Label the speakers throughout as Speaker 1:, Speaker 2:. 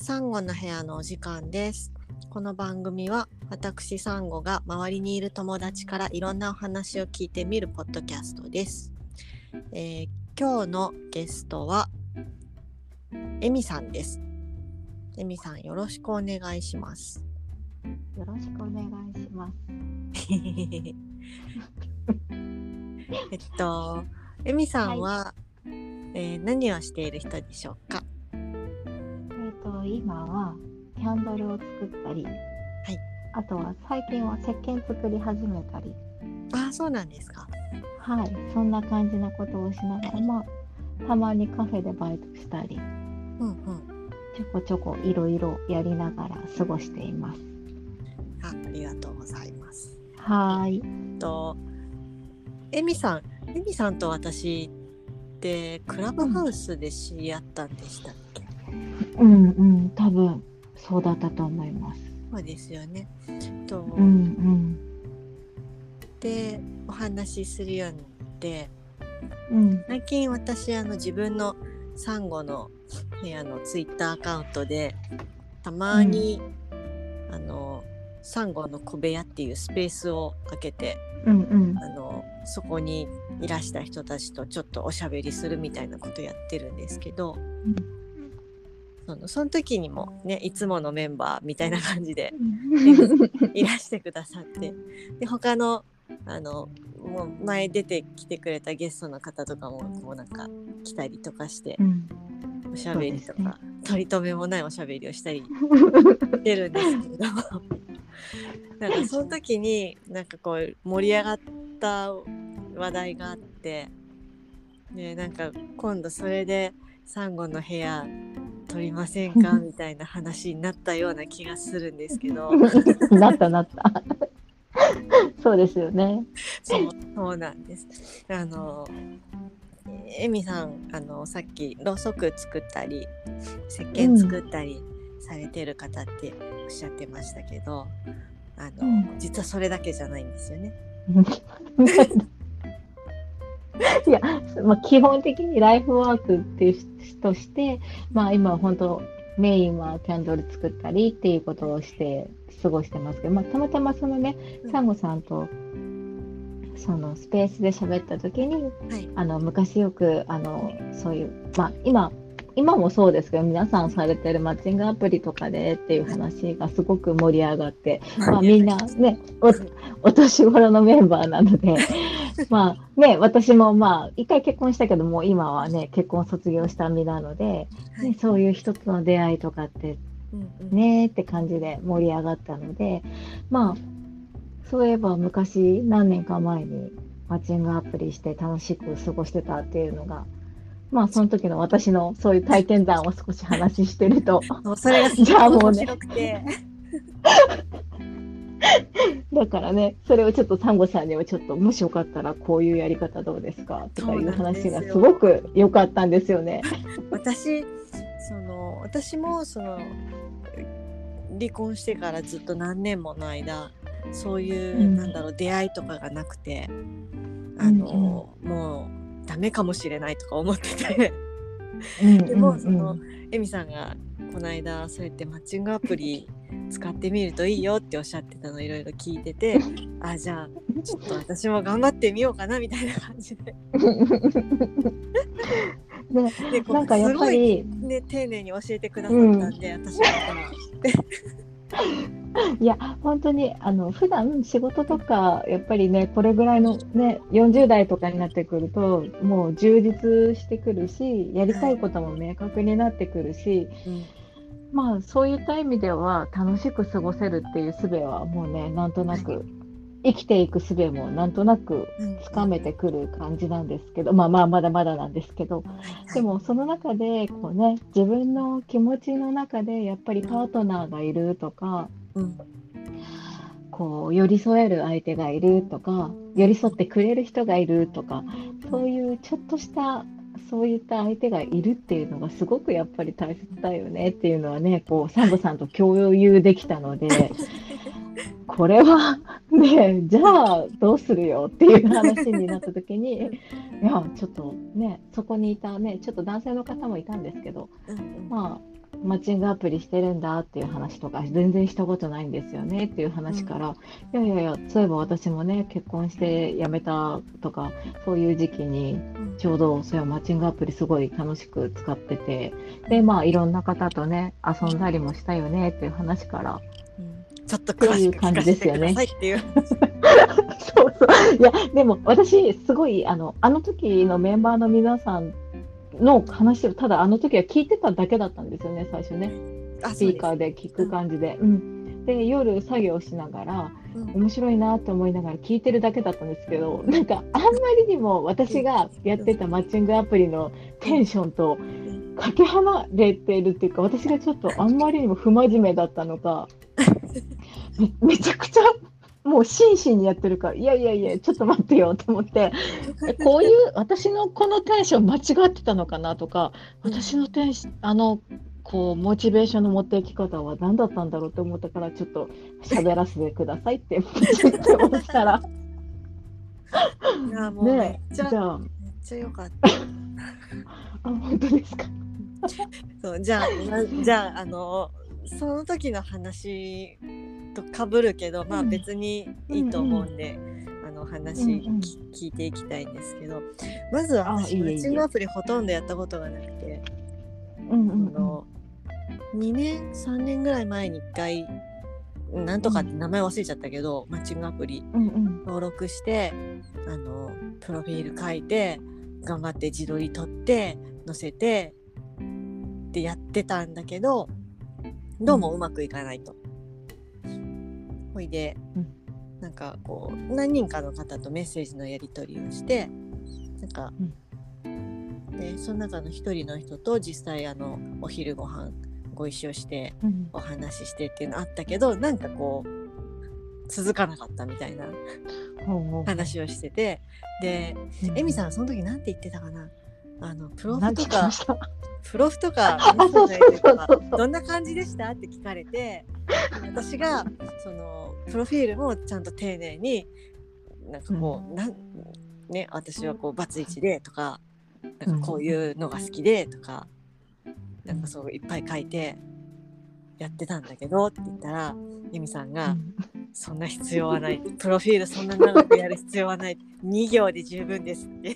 Speaker 1: サンゴの部屋のお時間です。この番組は私サンゴが周りにいる友達からいろんなお話を聞いてみるポッドキャストです。今日のゲストはエミさんです。エミさん、よろしくお願いします。
Speaker 2: よろしくお願いします。
Speaker 1: エミさんは、何をしている人でしょうか？
Speaker 2: 今はキャンドルを作ったり、あとは最近は石鹸作り始めたり、
Speaker 1: そうなんですか。
Speaker 2: そんな感じのことをしながら、たまにカフェでバイトしたり、ちょこちょこいろいろやりながら過ごしています。
Speaker 1: ありがとうございます。エミさんと私ってクラブハウスで知り合ったんでしたっけ？
Speaker 2: 多分そうだったと思います。
Speaker 1: そうですよね。でお話しするようになって、最近私自分のサンゴの部屋のツイッターアカウントでたまに、サンゴの小部屋っていうスペースを開けて、そこにいらした人たちとちょっとおしゃべりするみたいなことやってるんですけど、その時にもね、いつものメンバーみたいな感じでいらしてくださって、で他のもう前出てきてくれたゲストの方とかもこうなんか来たりとかして、おしゃべりとか、取り留めもないおしゃべりをしたりしてるんですけどなんかその時になんかこう盛り上がった話題があって、でなんか今度それでサンゴの部屋撮りませんかみたいな話になったような気がするんですけど
Speaker 2: なったそうですよね。
Speaker 1: そうなんです。エミさんさっきろうそく作ったり石鹸作ったりされてる方っておっしゃってましたけど、実はそれだけじゃないんですよね。
Speaker 2: いや、基本的にライフワークっていうとして、今本当メインはキャンドル作ったりっていうことをして過ごしてますけど、たまたまそのね、サンゴさんとそのスペースで喋った時に、昔よくそういう、今もそうですけど、皆さんされてるマッチングアプリとかでっていう話がすごく盛り上がって、みんなね、お年頃のメンバーなので私も一回結婚したけども今はね結婚卒業した身なので、そういう一つの出会いとかってねって感じで盛り上がったので、そういえば昔何年か前にマッチングアプリして楽しく過ごしてたっていうのが、その時の私のそういう体験談を少し話してると
Speaker 1: それがすごく面白くて
Speaker 2: だからね、それをちょっとサンゴさんにはちょっともしよかったらこういうやり方どうですかとかいう話がすごく良かったんですよね。
Speaker 1: 私も離婚してからずっと何年もの間そういう出会いとかがなくて、もうダメかもしれないとか思っててでもエミさんがこの間そうやってマッチングアプリ使ってみるといいよっておっしゃってたのいろいろ聞いててじゃあちょっと私も頑張ってみようかなみたいな感じで
Speaker 2: なんかやっぱり
Speaker 1: すごい、丁寧に教えてくださったんで、私も
Speaker 2: いや本当に普段仕事とかやっぱりねこれぐらいのね40代とかになってくるともう充実してくるしやりたいことも明確になってくるし、そういった意味では楽しく過ごせるっていう術はもうねなんとなく、生きていく術もなんとなくつかめてくる感じなんですけど、まだまだなんですけど、でもその中でこうね自分の気持ちの中でやっぱりパートナーがいるとか、こう寄り添える相手がいるとか寄り添ってくれる人がいるとか、そういうちょっとしたそういった相手がいるっていうのがすごくやっぱり大切だよねっていうのはねこうサンゴさんと共有できたのでこれはねじゃあどうするよっていう話になった時にいやちょっとねそこにいたねちょっと男性の方もいたんですけど、 マッチングアプリしてるんだっていう話とか全然したことないんですよねっていう話から、いやいやいや、そういえば私もね結婚して辞めたとかそういう時期にちょうどそういうマッチングアプリすごい楽しく使ってて、でまあいろんな方とね遊んだりもしたよねっていう話から、
Speaker 1: ちょっと詳しく聞かせてくださいっていう。
Speaker 2: そうそう。いやでも私すごいあの時のメンバーの皆さんの話をただあの時は聞いてただけだったんですよね、最初ね。スピーカーで聞く感じで。で夜作業しながら、面白いなって思いながら聞いてるだけだったんですけど、なんかあんまりにも私がやってたマッチングアプリのテンションとかけ離れてるっていうか、私がちょっとあんまりにも不真面目だったのかめちゃくちゃもう真摯にやってるから、いやいやいやちょっと待ってよと思って、こういう私のこのテンション間違ってたのかなとか、私のテンシこうモチベーションの持っていき方は何だったんだろうと思ったから、ちょっと喋らせてくださいって言ってましたら
Speaker 1: いやもうめっちゃ良かった。
Speaker 2: あ、本当ですか。
Speaker 1: そうじゃあその時の話とかぶるけど、まあ別にいいと思うんで、話聞いていきたいんですけど、まずは私マッチングアプリほとんどやったことがなくて、2年3年ぐらい前に1回なんとかって名前忘れちゃったけど、マッチングアプリ登録して、プロフィール書いて頑張って自撮り撮って載せてってやってたんだけど、どうもうまくいかないと。ほいで、なんかこう何人かの方とメッセージのやり取りをして、なんか、でその中の一人の人と実際お昼ご飯ご一緒してお話ししてっていうのあったけど、なんかこう続かなかったみたいな話をしてて、で、エミさんその時なんて言ってたかな、プロフとかどんな感じでしたって聞かれて、私がそのプロフィールもちゃんと丁寧になんかこう、ね、私はこうバツイチでとか、なんかこういうのが好きでとか、なんかそういっぱい書いてやってたんだけどって言ったら、エミさんが、そんな必要はない、プロフィールそんな長くやる必要はない、2行で十分ですって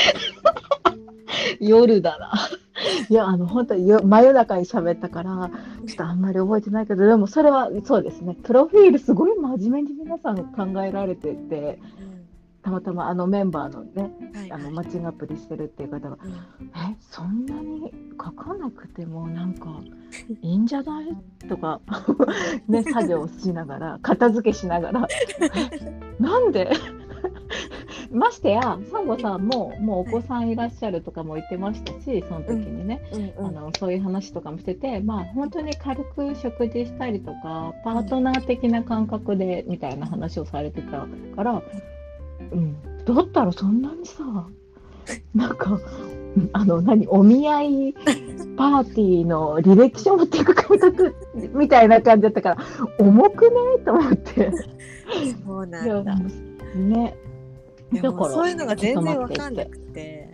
Speaker 2: 夜だな。いや本当に真夜中に喋ったからちょっとあんまり覚えてないけど、でもそれはそうですね、プロフィールすごい真面目に皆さん考えられてて、たまたまメンバーのね、マッチングアプリしてるっていう方が、そんなに書かなくてもなんかいいんじゃないとかね、作業しながら片付けしながらなんでましてやサンゴさんももうお子さんいらっしゃるとかも言ってましたし、その時にね、そういう話とかもしてて、まあ本当に軽く食事したりとかパートナー的な感覚でみたいな話をされてたから、だったらそんなにさ、なんかお見合いパーティーの履歴書持っていく感覚みたいな感じだったから重くねと思って。
Speaker 1: そうなんだ
Speaker 2: ね。
Speaker 1: だからそういうのが全然分かんなくて、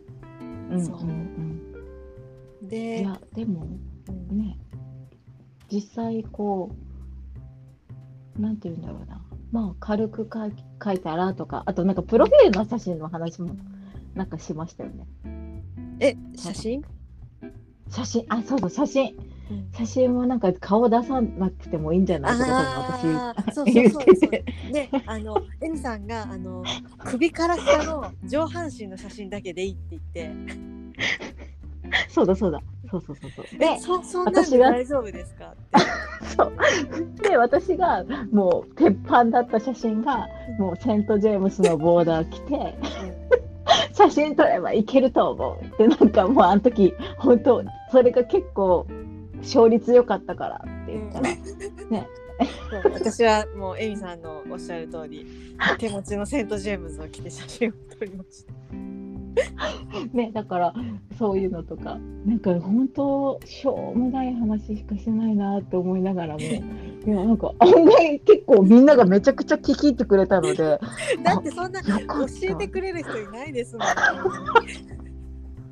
Speaker 1: で、
Speaker 2: いやでもね、実際こうなんていうんだろうな、まあ軽く書いたらとか、あとなんかプロフィールの写真の話もなんかしましたよね。
Speaker 1: 写真、
Speaker 2: そう写真もなんか顔出さなくてもいいんじゃないとか私言ってて、
Speaker 1: でエミさんが首から下の上半身の写真だけでいいって言って
Speaker 2: そうだそう
Speaker 1: で、そんなんで大丈夫ですかって
Speaker 2: そうで、私がもう鉄板だった写真がもうセントジェームスのボーダー着て写真撮ればいけると思うって、なんかもうあの時本当それが結構勝率良かったからって言ったら、ね、
Speaker 1: そう私はもうエミさんのおっしゃる通り手持ちのセントジェームズを着て写真を撮りました
Speaker 2: ね、だからそういうのとかなんか本当しょうもない話しかしないなって思いながらも、いやなんか案外結構みんながめちゃくちゃ聞き入ってくれたので
Speaker 1: だってそんな教えてくれる人いないですもん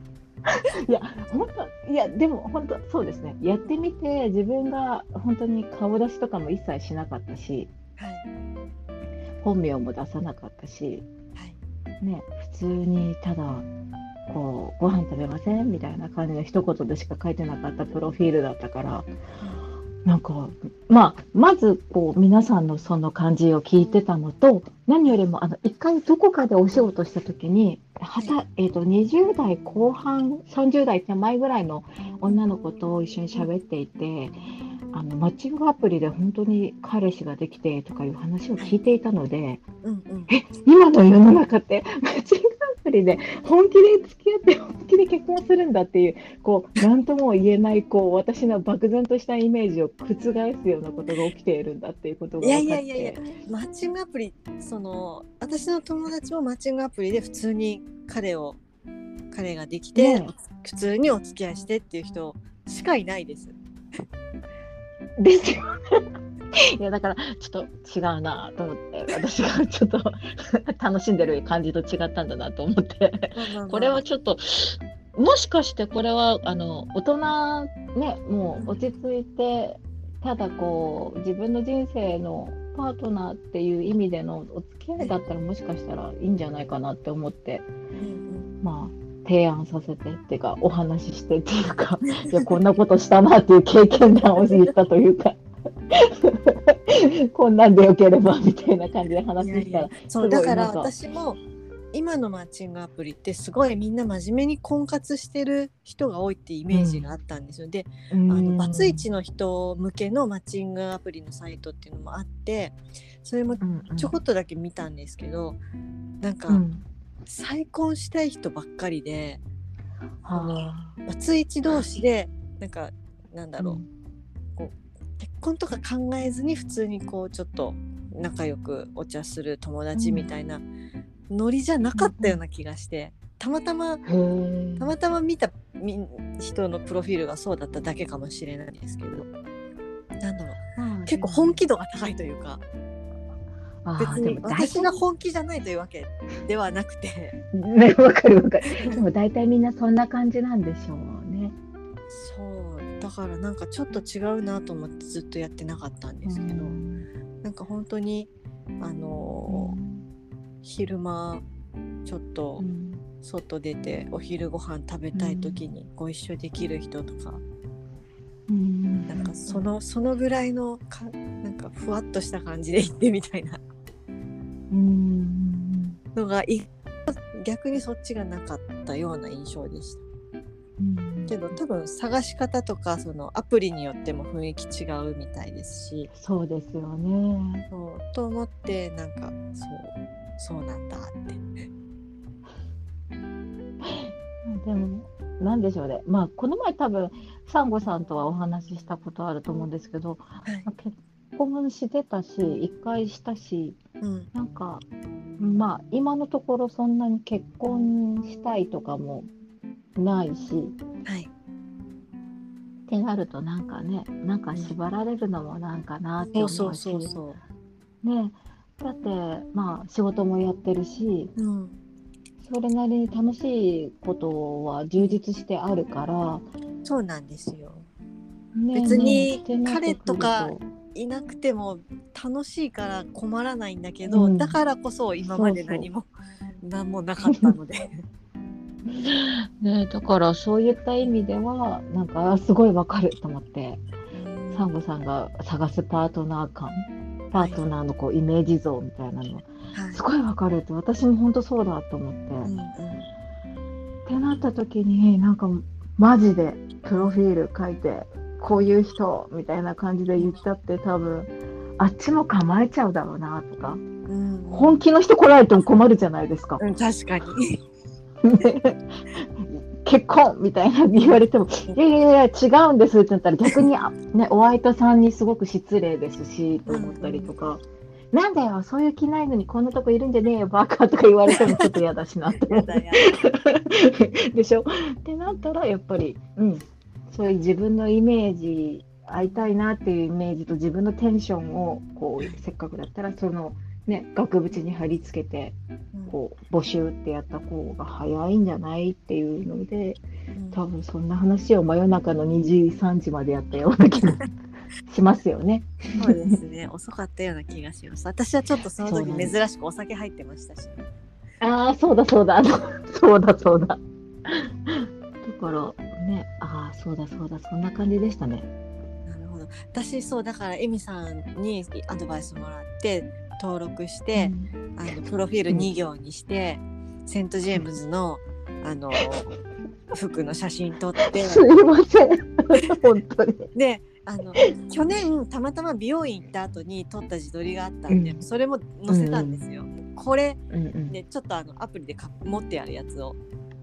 Speaker 2: いや本当、いやでも本当そうですね。やってみて自分が本当に顔出しとかも一切しなかったし、
Speaker 1: はい
Speaker 2: 本名も出さなかったし、
Speaker 1: はい
Speaker 2: ね、普通にただこうご飯食べませんみたいな感じの一言でしか書いてなかったプロフィールだったから、なんかまずこう皆さんのその感じを聞いてたのと、何よりも一回どこかでお仕事した時に20代後半30代手前ぐらいの女の子と一緒に喋っていて、マッチングアプリで本当に彼氏ができてとかいう話を聞いていたので、
Speaker 1: うんうん、
Speaker 2: 今の世の中ってマッチングアプリで本気で付き合って本気で結婚するんだっていう、こう何とも言えないこう私の漠然としたイメージを覆すようなことが起きているんだっていうことが分かって。
Speaker 1: いやマッチングアプリ、私の友達もマッチングアプリで普通に彼ができて、ね、普通にお付き合いしてっていう人しかいないです。
Speaker 2: ですよいやだからちょっと違うなと思って、私がちょっと楽しんでる感じと違ったんだなと思ってこれはちょっともしかしてこれは大人ね、もう落ち着いてただこう自分の人生のパートナーっていう意味でのお付き合いだったらもしかしたらいいんじゃないかなって思って、まあ提案させてっていうかお話ししてっていうかいやこんなことしたなっていう経験談を言ったというかこんなんでよければみたいな感じで話したら、
Speaker 1: そうだから私も今のマッチングアプリってすごいみんな真面目に婚活してる人が多いってイメージがあったんですよ。で、バツイチの人向けのマッチングアプリのサイトっていうのもあって、それもちょこっとだけ見たんですけど、なんか、再婚したい人ばっかりで、バツイチ同士でなんだろう、こう結婚とか考えずに普通にこうちょっと仲良くお茶する友達みたいなノリじゃなかったような気がして、たまたま見た人のプロフィールがそうだっただけかもしれないですけど、なんだろう、結構本気度が高いというか、別に私が本気じゃないというわけではなくて
Speaker 2: ね、わかるでも大体みんなそんな感じなんでしょうね。
Speaker 1: そうだからなんかちょっと違うなと思ってずっとやってなかったんですけど、なんか本当に昼間ちょっと外出てお昼ご飯食べたい時にご一緒できる人とか、なんかそのぐらいのなんかふわっとした感じで行ってみたいなのが逆にそっちがなかったような印象でした。けど多分探し方とかそのアプリによっても雰囲気違うみたいですし、
Speaker 2: そうですよね。
Speaker 1: そうと思ってなんかそうなんだって。
Speaker 2: でもなんでしょうね。まあこの前多分サンゴさんとはお話ししたことあると思うんですけど、結婚してたし一回したし、なんかまあ今のところそんなに結婚したいとかもないし、ってなるとなんかね、なんか縛られるのもなんかなって思うし、ね、だってまあ仕事もやってるし、それなりに楽しいことは充実してあるから。
Speaker 1: そうなんですよ、別に彼とかいなくても楽しいから困らないんだけど、だからこそ今まで何もなかったので
Speaker 2: ね、だからそういった意味ではなんかすごいわかると思って、サンゴさんが探すパートナーのこうイメージ像みたいなの、すごいわかるって、私も本当そうだと思って、ってなった時になんかマジでプロフィール書いてこういう人みたいな感じで言ったって多分あっちも構えちゃうだろうなとか、本気の人来られても困るじゃないですか。
Speaker 1: 確かに
Speaker 2: 結婚みたいな言われてもいや違うんですってなったら逆にね、お相手さんにすごく失礼ですしと思ったりとか、なんだよそういう気ないのにこんなとこいるんじゃねえよバカとか言われてもちょっと嫌だしなって思ってでしょってなったらやっぱり、そういう自分のイメージ、会いたいなっていうイメージと自分のテンションをこうせっかくだったらそのね額縁に貼り付けてこう募集ってやった方が早いんじゃないっていうので、多分そんな話を真夜中の2時3時までやったような気がしますよね。
Speaker 1: そうですね、遅かったような気がします。私はちょっとその時珍しくお酒入ってましたし。
Speaker 2: ああ、そうだそうだそうだそうだ。だからね、ああ、そうだそうだ、そんな感じでしたね。
Speaker 1: なるほど。私そうだからエミさんにアドバイスもらって登録して、プロフィール2行にして、セントジェームズの服の写真撮って
Speaker 2: すいません本当に。
Speaker 1: で去年たまたま美容院行った後に撮った自撮りがあったんで、それも載せたんですよ、これ、でちょっとアプリで持ってあるやつを、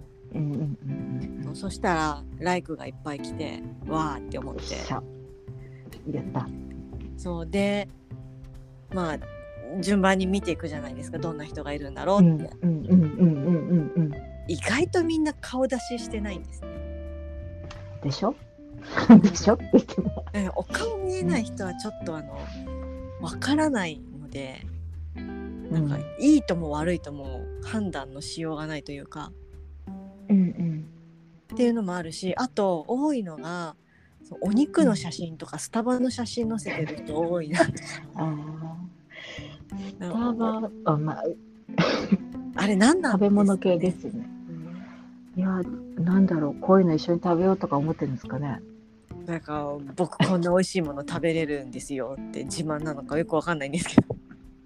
Speaker 1: そしたらライクがいっぱい来てわーって思って
Speaker 2: やった。
Speaker 1: そうでまあ順番に見ていくじゃないですか、どんな人がいるんだろうって。意外とみんな顔出ししてないんですね。
Speaker 2: でしょでしょって言っても
Speaker 1: お顔見えない人はちょっとわからないので、なんかいいとも悪いとも判断のしようがないというか、っていうのもあるし、あと多いのがお肉の写真とかスタバの写真載せてる人多いなとか。
Speaker 2: スタバ
Speaker 1: あれ何なんですかね。
Speaker 2: 食べ物系ですね。いや、なんだろう、こういうの一緒に食べようとか思ってるんですかね。
Speaker 1: なんか僕こんな美味しいもの食べれるんですよって自慢なのかよくわかんないんですけど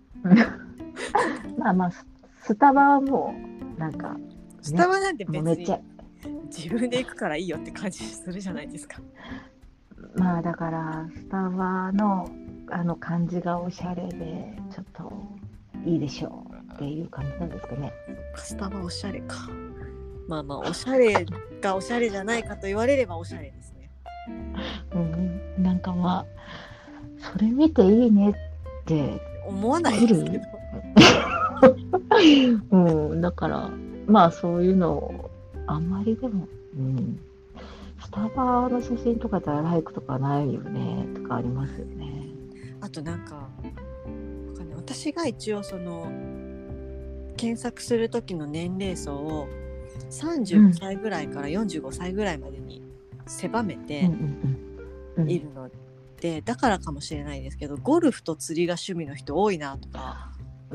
Speaker 2: まあスタバはもうなんか、
Speaker 1: スタバなんて別に
Speaker 2: めっちゃ
Speaker 1: 自分で行くからいいよって感じするじゃないですか。
Speaker 2: まあだからスタバの感じがおしゃれでちょっといいでしょうっていう感じなんですかね。
Speaker 1: スタバおしゃれか。まあおしゃれかおしゃれじゃないかと言われればおしゃれですね。
Speaker 2: なんかまあそれ見ていいねって
Speaker 1: 思わないですけ
Speaker 2: どだからまあそういうのをあんまりでも、スタバの写真とかでライクとかないよねとかありますよね。
Speaker 1: あとなんか私が一応検索する時の年齢層を35歳ぐらいから45歳ぐらいまでに狭めているので、だからかもしれないですけど、ゴルフと釣りが趣味の人多いなとか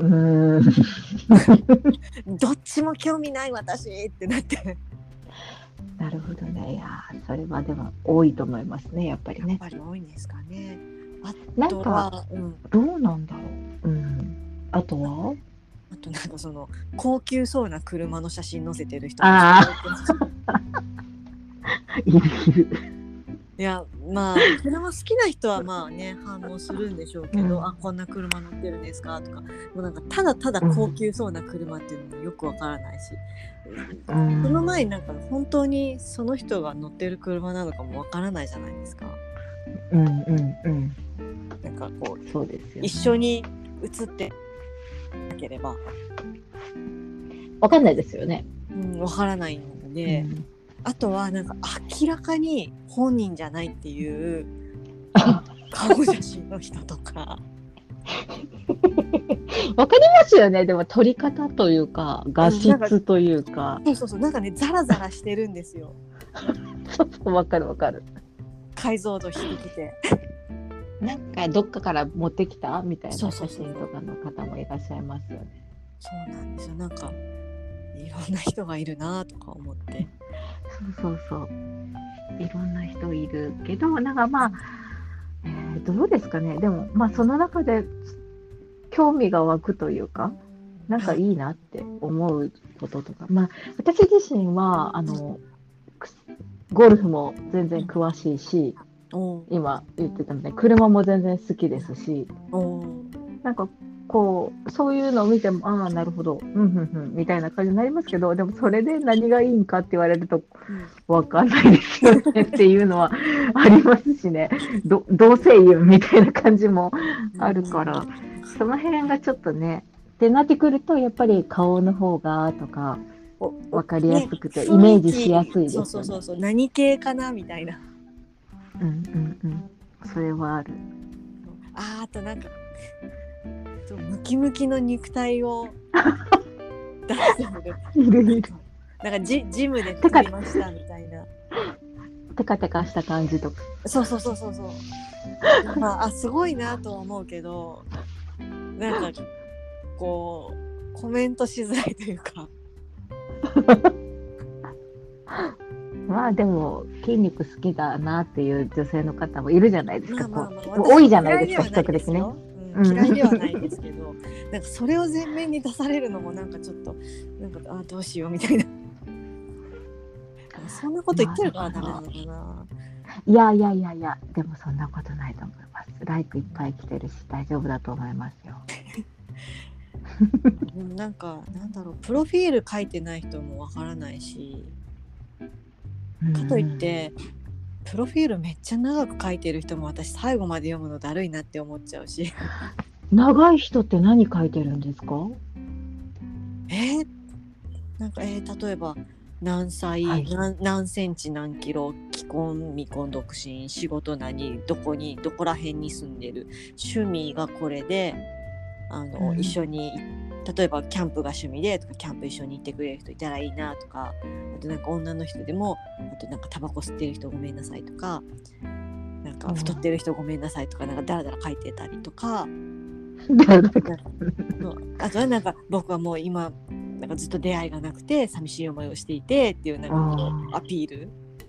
Speaker 1: どっちも興味ない私ってなって
Speaker 2: なるほどね。いやそれはでも多いと思いますね、やっぱりね。
Speaker 1: やっぱり多いんですかね。あ
Speaker 2: とはどうなんだろう。あとは
Speaker 1: なんか高級そうな車の写真載せてる人
Speaker 2: いる。
Speaker 1: いやまあ車好きな人はまあね反応するんでしょうけど、こんな車乗ってるんですかとか、もうなんかただただ高級そうな車っていうのもよくわからないし、その前になんか本当にその人が乗ってる車なのかもわからないじゃないですか。なんかこう、そうですよね、一緒に写ってなければ
Speaker 2: わかんないですよね。
Speaker 1: わからないので、あとはなんか明らかに本人じゃないっていう顔写真の人とか
Speaker 2: わかりますよね。でも撮り方というか画質というか、
Speaker 1: そうなんかねザラザラしてるんですよ。
Speaker 2: わかる。
Speaker 1: 解像度低くて
Speaker 2: なんかどっかから持ってきたみたいな写真とかの方もいらっしゃいますよね。
Speaker 1: そうなんですよ。なんかいろんな人がいるなとか思って。
Speaker 2: そういろんな人いるけど、なんかまあ、どうですかね。でもまあその中で興味が湧くというか、なんかいいなって思うこととか、まあ私自身はゴルフも全然詳しいし、今言ってたみたいに車も全然好きですし、なんかこうそういうのを見てもなるほどみたいな感じになりますけど、でもそれで何がいいんかって言われると分かんないですよねっていうのはありますしね。同性友みたいな感じもあるから、その辺がちょっとねってなってくると、やっぱり顔の方がとか分かりやすくて、イメージしやすいですよね。
Speaker 1: そう何系かなみたいな。
Speaker 2: それはある。
Speaker 1: あとなんかムキムキの肉体をた人もいる。
Speaker 2: いるいる。
Speaker 1: なんかジムで作りましたみたいな。
Speaker 2: テカテカした感じとか。
Speaker 1: そう。まあすごいなとは思うけど、なんかこうコメントしづらいというか。
Speaker 2: まあでも筋肉好きだなっていう女性の方もいるじゃないですか。
Speaker 1: まあ
Speaker 2: 多いじゃないですか、比較的ね。
Speaker 1: 嫌いではないですけど、なんかそれを前面に出されるのもなんかちょっとなんかどうしようみたいな。そんなこと言ってるからダメなのかな。
Speaker 2: いや、でもそんなことないと思います。ライクいっぱい来てるし大丈夫だと思いますよ。
Speaker 1: でもなんかなんだろう、プロフィール書いてない人もわからないし、かといってプロフィールめっちゃ長く書いてる人も私最後まで読むのだるいなって思っちゃうし。
Speaker 2: 長い人って何書いてるんですか？
Speaker 1: なんか例えば何歳、はい、何センチ何キロ、既婚未婚独身、仕事何、どこら辺に住んでる、趣味がこれで一緒に例えばキャンプが趣味でとか、キャンプ一緒に行ってくれる人いたらいいなとか、あとなんか女の人でもあとなんかタバコ吸ってる人ごめんなさいとか、なんか太ってる人ごめんなさいとか、なんかダラダラ書いてたりとかあとはなんか僕はもう今なんかずっと出会いがなくて寂しい思いをしていてっていうなんかこうアピール、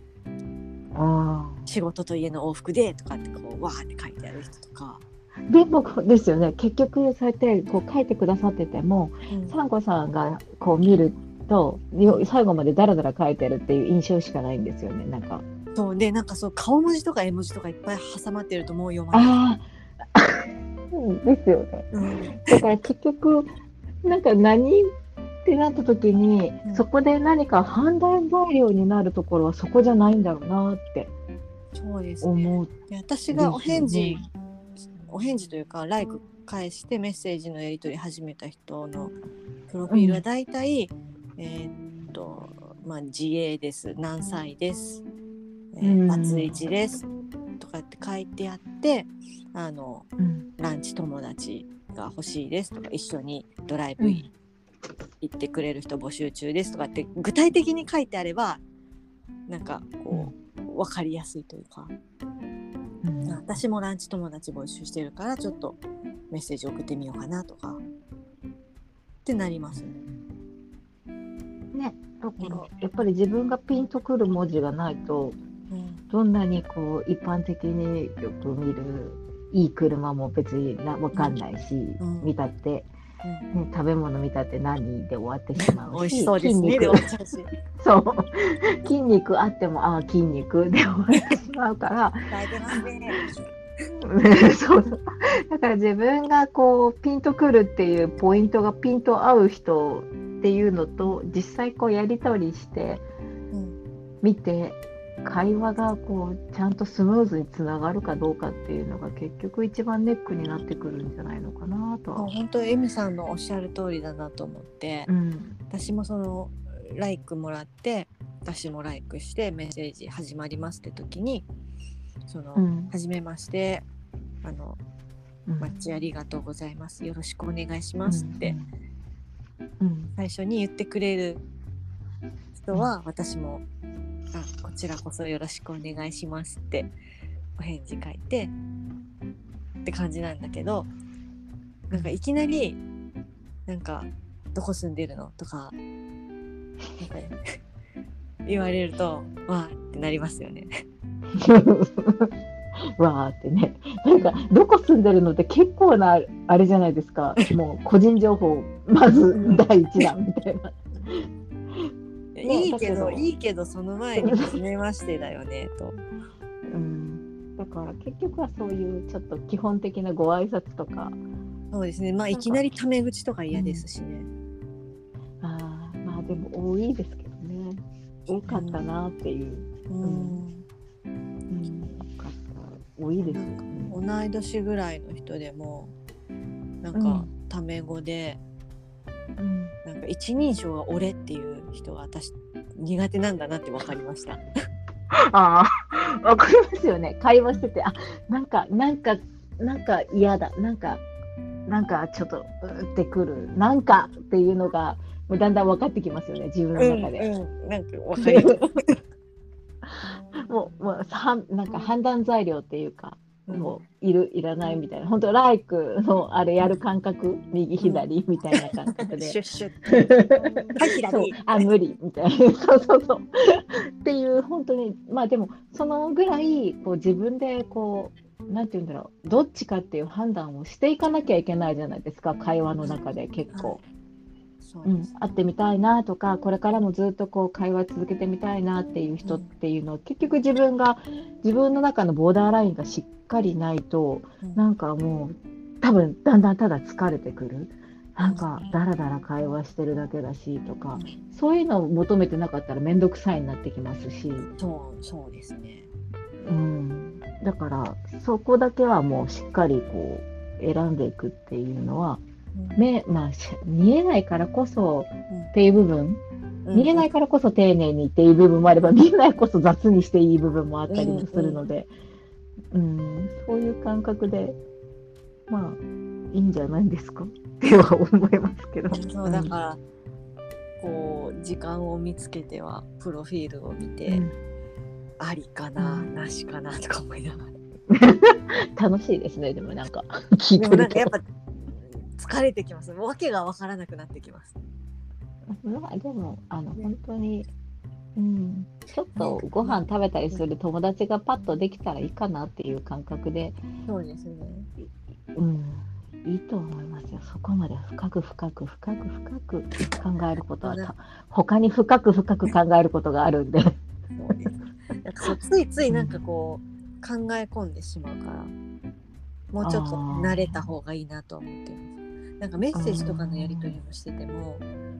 Speaker 1: 仕事と家の往復でとかってこうわーって書いてある人とか。
Speaker 2: でもですよね、結局そうやってこう書いてくださってても、サンゴさんがこう見ると最後までダラダラ書いてるっていう印象しかないんですよね。なんか
Speaker 1: そうで、なんかそう顔文字とか絵文字とかいっぱい挟まってるともう読まない。
Speaker 2: ですよね、だから結局なんか何ってなった時に、そこで何か判断材料になるところはそこじゃないんだろうなって
Speaker 1: そうですね。で私がお返事というかライク返してメッセージのやり取り始めた人のプロフィールはだいたい自営です、何歳です、バツイチですとかって書いてあって、ランチ友達が欲しいですとか、一緒にドライブ行ってくれる人募集中ですとかって具体的に書いてあればなんかこう分かりやすいというか、私もランチ友達募集してるからちょっとメッセージ送ってみようかなとかってなります
Speaker 2: ね。だからやっぱり自分がピンとくる文字がないと、どんなにこう一般的によく見るいい車も別に分かんないし、見たって、食べ物見たって何で終わってしまうし、
Speaker 1: 美味しそうですねで終わっちゃうし
Speaker 2: そう筋肉あっても筋肉で終わってしまうからそうだから自分がこうピンとくるっていうポイントがピンと合う人っていうのと実際こうやり取りして見て、会話がこうちゃんとスムーズにつながるかどうかっていうのが結局一番ネックになってくるんじゃないのかなとは。
Speaker 1: 本当エミさんのおっしゃる通りだなと思って、私もそのライクもらって私もライクしてメッセージ始まりますって時に初めましてマッチありがとうございます、よろしくお願いしますって、最初に言ってくれる人は私もこちらこそよろしくお願いしますってお返事書いてって感じなんだけど、なんかいきなりなんかどこ住んでるのとか言われるとわーってなりますよね
Speaker 2: わーってね、なんかどこ住んでるのって結構なあれじゃないですか。もう個人情報まず第一弾みたいな。
Speaker 1: いいけどその前に初めましてだよねと、
Speaker 2: だから結局はそういうちょっと基本的なご挨拶とか。
Speaker 1: そうですね、まあいきなりタメ口とか嫌ですしね、
Speaker 2: まあでも多いですけどね、多かったなっていう、多いですよね。
Speaker 1: 同い年ぐらいの人でもなんかタメ語で、なんか一人称が俺っていう人は私苦手なんだなって分かりました
Speaker 2: 分かりますよね。会話しててなんか嫌だ、なんかちょっとってくるなんかっていうのがもうだんだん分かってきますよね、自分の中で。
Speaker 1: なんか分かります。
Speaker 2: もうなんか判断材料っていうか、もういらないみたいな、本当ライクのあれやる感覚、右左みたいな感覚で、
Speaker 1: シュッシュッはい
Speaker 2: そう
Speaker 1: 左
Speaker 2: 無理みたいなそうっていう、本当にまあでもそのぐらいこう自分でこうなんていうんだろう、どっちかっていう判断をしていかなきゃいけないじゃないですか、会話の中で結構。会ってみたいなとか、これからもずっとこう会話続けてみたいなっていう人っていうのは、結局自分の中のボーダーラインがしっかりないと、なんかもう多分だんだんただ疲れてくる、なんかだらだら会話してるだけだしとか、そういうのを求めてなかったら面倒くさいになってきますし、
Speaker 1: そうですね、
Speaker 2: だからそこだけはもうしっかりこう選んでいくっていうのは、まあ、見えないからこそっていう部分、見えないからこそ丁寧にっていう部分もあれば、見えないこそ雑にしていい部分もあったりもするので、そういう感覚でまあいいんじゃないですかっては思いますけど。
Speaker 1: そうだから、こう時間を見つけてはプロフィールを見て、ありかな、なしかなとか思いなが
Speaker 2: ら楽しいですね。でもなんか聞いてると、でもなんか
Speaker 1: やっぱ疲れてきます。わけが分からなくなってきます。
Speaker 2: まあでも本当に、ちょっとご飯食べたりする友達がパッとできたらいいかなっていう感覚で、
Speaker 1: そうですね。
Speaker 2: いいと思いますよ。そこまで深く考えることは他に深く考えることがあるんで。
Speaker 1: そうです。なんかついついなんかこう考え込んでしまうから、もうちょっと慣れた方がいいなと思ってます。なんかメッセージとかのやり取りもしてても、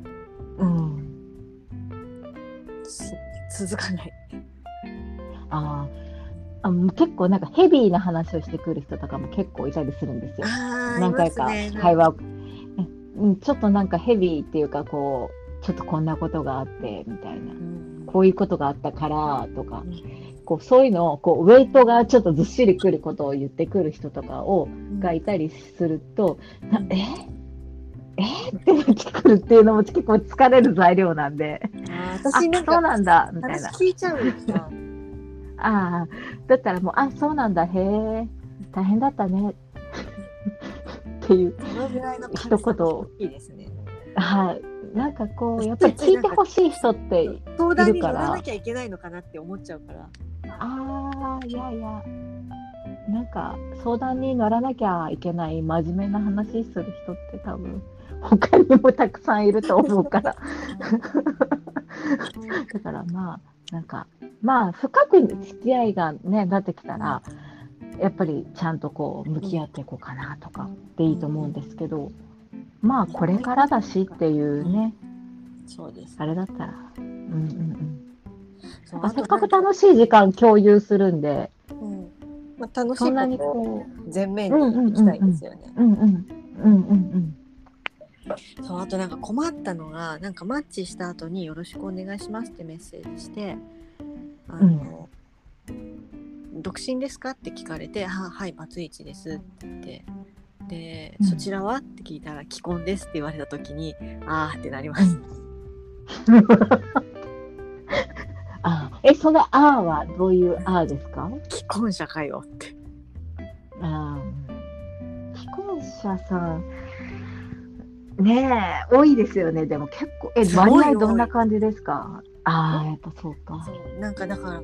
Speaker 1: 続かない。
Speaker 2: 結構なんかヘビーな話をしてくる人とかも結構いたりするんですよ。何回か会話、ちょっとなんかヘビーっていうか、こうちょっとこんなことがあってみたいな、こういうことがあったからとか、こうそういうのをこうウェイトがちょっとずっしりくることを言ってくる人とかがいたりすると、ってなってくるっていうのも結構疲れる材料なんで、
Speaker 1: 私なんか
Speaker 2: そうなんだみたいな、
Speaker 1: 聞いちゃうんですか。
Speaker 2: だったらもうそうなんだ、へえ大変だったねっていう一言いいですね。なんかこうやっぱり聞いてほしい人っているから、
Speaker 1: 相談に乗らなきゃいけないのかなって思っちゃうから。
Speaker 2: いやなんか相談に乗らなきゃいけない真面目な話する人って多分他にもたくさんいると思うからだからなんか深く付き合いがねなってきたら、やっぱりちゃんとこう向き合っていこうかなとかっていいと思うんですけど、これからだしっていうね、
Speaker 1: そうです、
Speaker 2: あれだったらせっかく楽しい時間共有するんで、
Speaker 1: 楽しいことを前面に行きたいんですよね。そう、あとなんか困ったのが、なんかマッチした後によろしくお願いしますってメッセージして、独身ですかって聞かれて、はいバツイチですって言って、で、そちらはって聞いたら既婚ですって言われた時にってなります。
Speaker 2: そのはどういうですか？
Speaker 1: 既婚者かよって。
Speaker 2: 既婚者さんね多いですよね。でも結構割合どんな感じですか？やっぱそうか。
Speaker 1: なんかだから、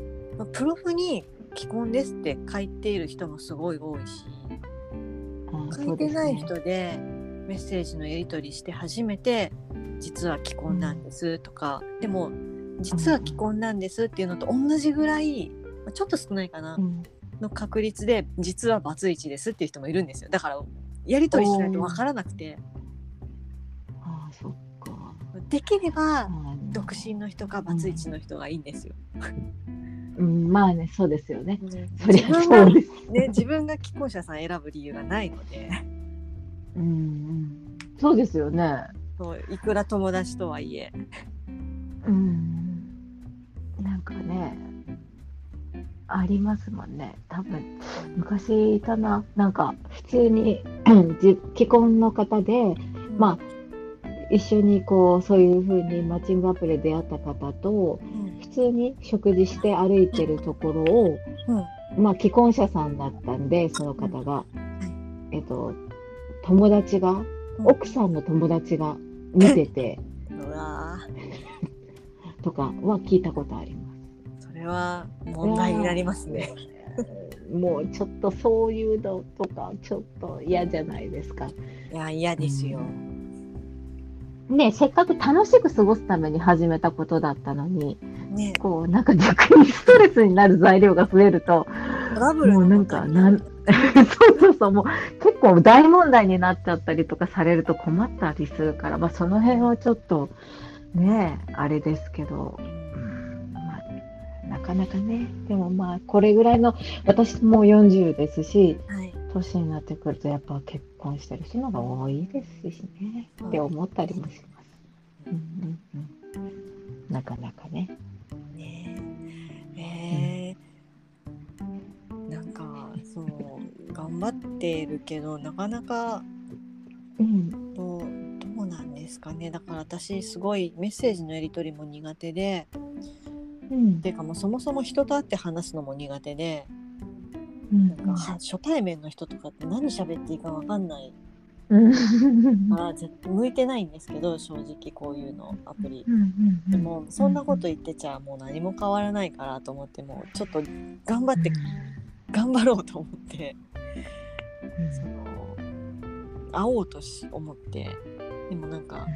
Speaker 1: プロフに既婚ですって書いている人もすごい多いし、書いてない人でメッセージのやり取りして初めて実は既婚なんですとか、でも実は既婚なんですっていうのと同じぐらい、ちょっと少ないかな、の確率で実はバツイチですっていう人もいるんですよ。だからやり取りしないと分からなくて、
Speaker 2: そっか。
Speaker 1: できれば独身の人かバツイチの人がいいんですよ。
Speaker 2: そうですよね。
Speaker 1: 自分が既婚者さん選ぶ理由がないので。
Speaker 2: そうですよね。
Speaker 1: そういくら友達とはいえ。
Speaker 2: なんかねありますもんね。多分昔いたな。なんか普通に既婚の方で、 一緒にこうそういうふうにマッチングアプリで出会った方と
Speaker 1: うん
Speaker 2: 普通に食事して歩いてるところを、まあ既婚者さんだったんでその方が、友達が、奥さんの友達が見てて
Speaker 1: うわ
Speaker 2: とかは聞いたことあります。
Speaker 1: それは問題になりますね。
Speaker 2: もうちょっとそういうのとかちょっと嫌じゃないですか。
Speaker 1: いや嫌ですよ。
Speaker 2: ね、せっかく楽しく過ごすために始めたことだったのに、
Speaker 1: ね、
Speaker 2: こうなんか逆にストレスになる材料が増えると、
Speaker 1: トラブル
Speaker 2: もうなんかそうもう結構大問題になっちゃったりとかされると困ったりするから、まあその辺はちょっとねあれですけど、まあ、なかなかね。でもまあこれぐらいの私も40ですし。はい、年になってくるとやっぱ結婚してる人の方が多いですしね、って思ったりもします。なかなかね。
Speaker 1: なんかそう頑張ってるけどなかなか、どうなんですかね。だから私すごいメッセージのやり取りも苦手で、ていうかもうそもそも人と会って話すのも苦手で。なんか初対面の人とかって何喋っていいか分かんないから向いてないんですけど、正直こういうのアプリ、でもそんなこと言ってちゃもう何も変わらないからと思って、もうちょっと頑張ろうと思って、会おうと思って、でもなんか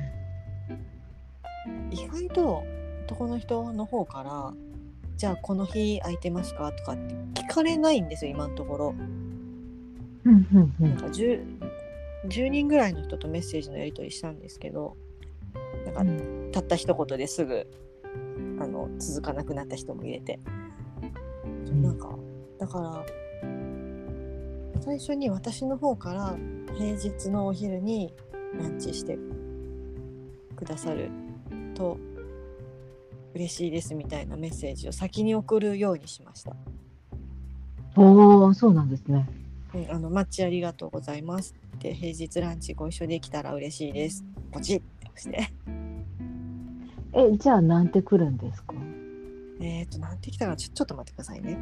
Speaker 1: 意外と男の人の方からじゃあこの日空いてますかとかって聞かれないんですよ今のところ。なんか 10人ぐらいの人とメッセージのやり取りしたんですけど、なんかたった一言ですぐ続かなくなった人も入れて、なんかだから最初に私の方から平日のお昼にランチしてくださると嬉しいですみたいなメッセージを先に送るようにしました。
Speaker 2: おー、そうなんですね。
Speaker 1: マッチありがとうございますって平日ランチご一緒できたら嬉しいですポチッって押して。
Speaker 2: じゃあなんて来るんですか？
Speaker 1: なんて来たかちょっと待ってくださいね。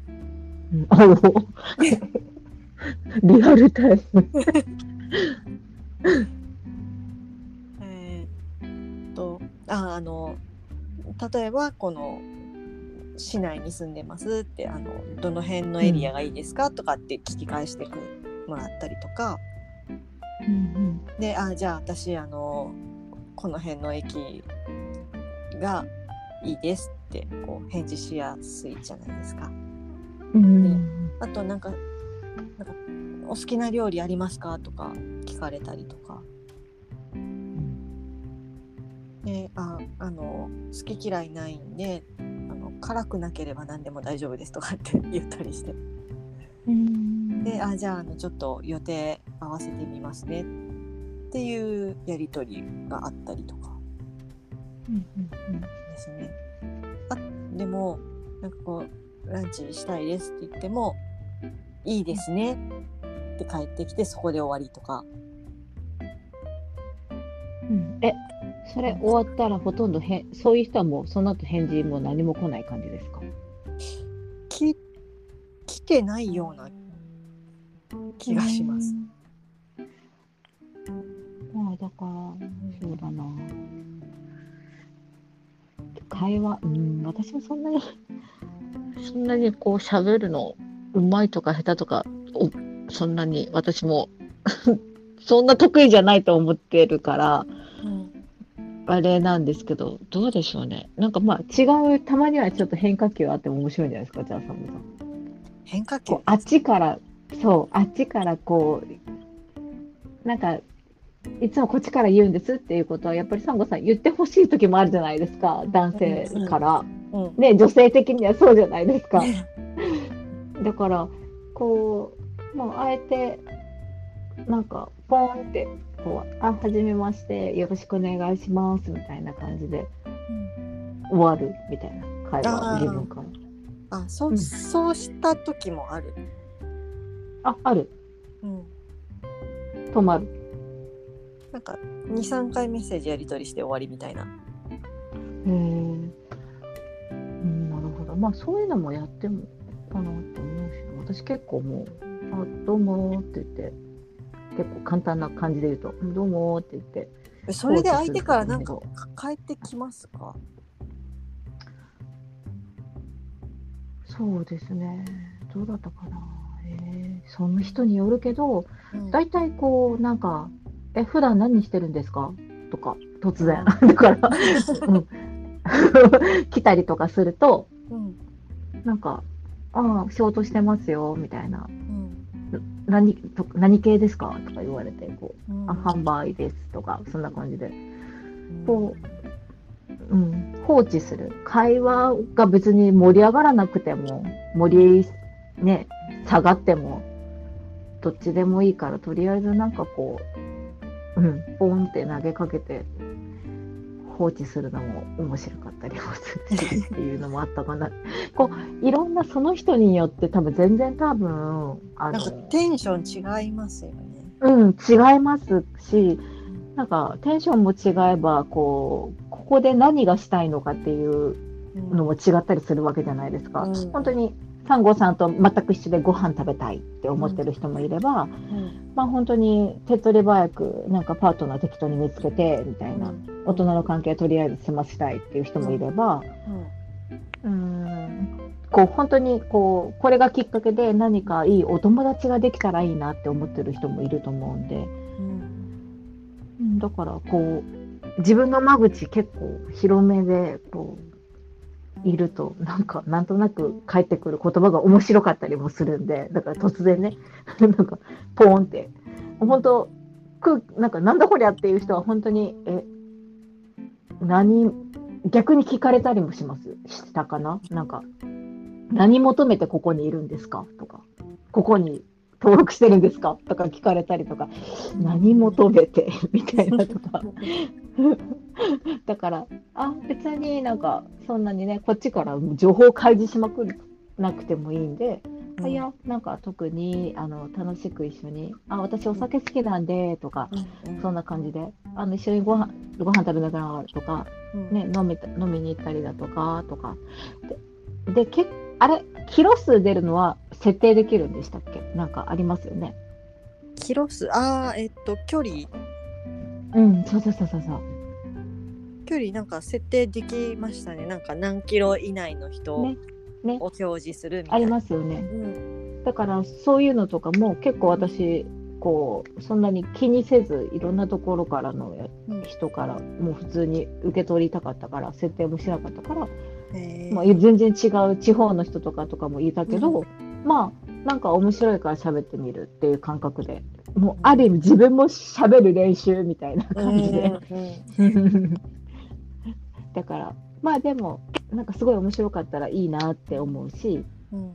Speaker 2: リアルタイム。
Speaker 1: 例えばこの市内に住んでますってどの辺のエリアがいいですかとかって聞き返してもらったりとか、でじゃあ私この辺の駅がいいですってこう返事しやすいじゃないですか。であとなんかお好きな料理ありますかとか聞かれたりとか、で好き嫌いないんで辛くなければ何でも大丈夫ですとかって言ったりして、でじゃあちょっと予定合わせてみますねっていうやり取りがあったりとかですね。でもなんかこうランチしたいですって言ってもいいですねって帰ってきてそこで終わりとか。
Speaker 2: それ終わったらほとんどそういう人はもうその後返事も何も来ない感じですか？
Speaker 1: 来てないような気がします。
Speaker 2: だからそうだな、会話私もそんなにこう喋るのうまいとか下手とかそんなに私もそんな得意じゃないと思ってるから、あれなんですけど、どうでしょうね。なんかまあ違う、たまにはちょっと変化球あっても面白いんじゃないですか、じゃあサムさん。
Speaker 1: 変化球？
Speaker 2: あっちからこうなんかいつもこっちから言うんですっていうことはやっぱりサンゴさん言ってほしい時もあるじゃないですか、男性から、ね、女性的にはそうじゃないですか。だからこうもうあえてなんかポーンってこうはじめましてよろしくお願いしますみたいな感じで、終わるみたいな会話自分から。
Speaker 1: そうした時もある。
Speaker 2: ある。止まる。
Speaker 1: なんか 2,3 回メッセージやり取りして終わりみたいな。
Speaker 2: なるほど。まあそういうのもやってもかなって思うし、私結構もうどうもって言って、結構簡単な感じで言うとどうもって言って、
Speaker 1: それで相手からなんか返ってきますか？
Speaker 2: そうですね。どうだったかな。その人によるけど、だいたいこうなんか普段何してるんですかとか突然だから、来たりとかすると、なんか仕事してますよみたいな、何系ですかとか言われてこう、販売ですとかそんな感じでこう、放置する会話が別に盛り上がらなくても下がってもどっちでもいいから、とりあえずなんかこう、ポンって投げかけて放置するのも面白かったりもするしっていうのもあったかな。こういろんなその人によって全然なんか
Speaker 1: テンション違いますよね。
Speaker 2: 違いますし、なんかテンションも違えばここで何がしたいのかっていうのも違ったりするわけじゃないですか。本当にサンゴさんと全く一緒でご飯食べたいって思ってる人もいれば、まあ本当に手っ取り早くなんかパートナー適当に見つけてみたいな、大人の関係とりあえず済ませたいっていう人もいれば、こう本当にこれがきっかけで何かいいお友達ができたらいいなって思ってる人もいると思うんで、だからこう自分の間口結構広めでこういるとなんとなく返ってくる言葉が面白かったりもするんで、だから突然ねなんかポーンって本当なんだこりゃっていう人は本当に逆に聞かれたりもしたかな。なんか何求めてここにいるんですかとか、ここに登録してるんですかとか聞かれたりとか、何求めてみたいなとかだから別になんかそんなにねこっちから情報開示しまくなくてもいいんで、いやなんか特に楽しく一緒に私お酒好きなんでとか、そんな感じで一緒にご飯食べながらとか、飲みに行ったりだとかでキロ数出るのは設定できるんでしたっけ？なんかありますよね。
Speaker 1: キロ数距離
Speaker 2: そう
Speaker 1: 距離なんか設定できましたね。なんか何キロ以内の人を表示するみたいな、
Speaker 2: ありますよね。だからそういうのとかも結構私こうそんなに気にせずいろんなところからの人からもう普通に受け取りたかったから設定もしなかったから、全然違う地方の人とかもいたけど、なんか面白いから喋ってみるっていう感覚で、もうある意味自分も喋る練習みたいな感じでだからでもなんかすごい面白かったらいいなって思うし、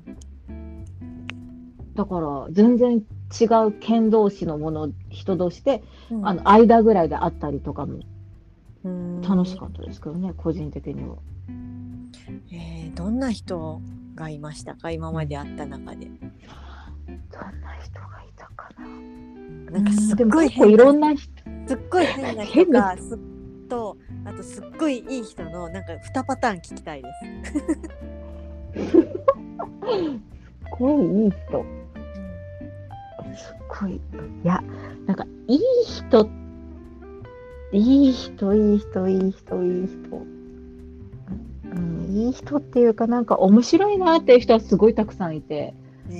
Speaker 2: だから全然違う県同士の人同士で、間ぐらいで会ったりとかも楽しかったですけどね、個人的には。
Speaker 1: どんな人がいましたか、今まで会った中で。
Speaker 2: どんな人がいたかな。
Speaker 1: なんかすっごい
Speaker 2: いろんな人、
Speaker 1: すっごい変な人かあとすっごいいい人のなんか2パターン聞きたいです
Speaker 2: すっごいいい人、すっごい、いやなんかいい人いい人っていうか、なんか面白いなっていう人はすごいたくさんいて、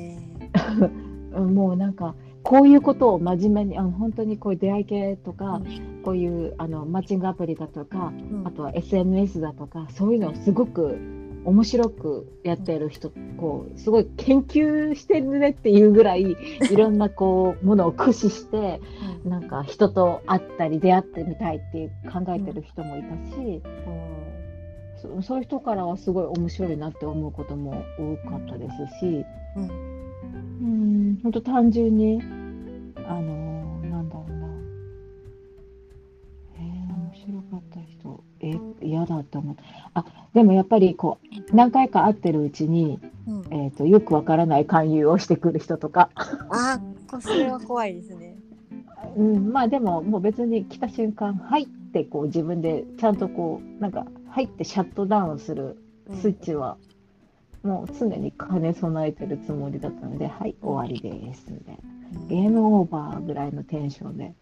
Speaker 2: もうなんかこういうことを真面目に本当にこういう出会い系とか、こういうマッチングアプリだとか、あとは SNS だとか、そういうのをすごく面白くやっている人、こうすごい研究してるねっていうぐらいいろんなこうものを駆使してなんか人と会ったり出会ってみたいっていう考えてる人もいたし、そういう人からはすごい面白いなって思うことも多かったですし、本当単純になんだろうな、面白かった人、嫌だって思って、でもやっぱりこう何回か会ってるうちに、よくわからない勧誘をしてくる人とか
Speaker 1: それは怖いですね。
Speaker 2: まあでももう別に来た瞬間はいってこう自分でちゃんとこうなんか入ってシャットダウンするスイッチはもう常に兼ね備えてるつもりだったので、はい終わりですみたいな、ゲームオーバーぐらいのテンションで、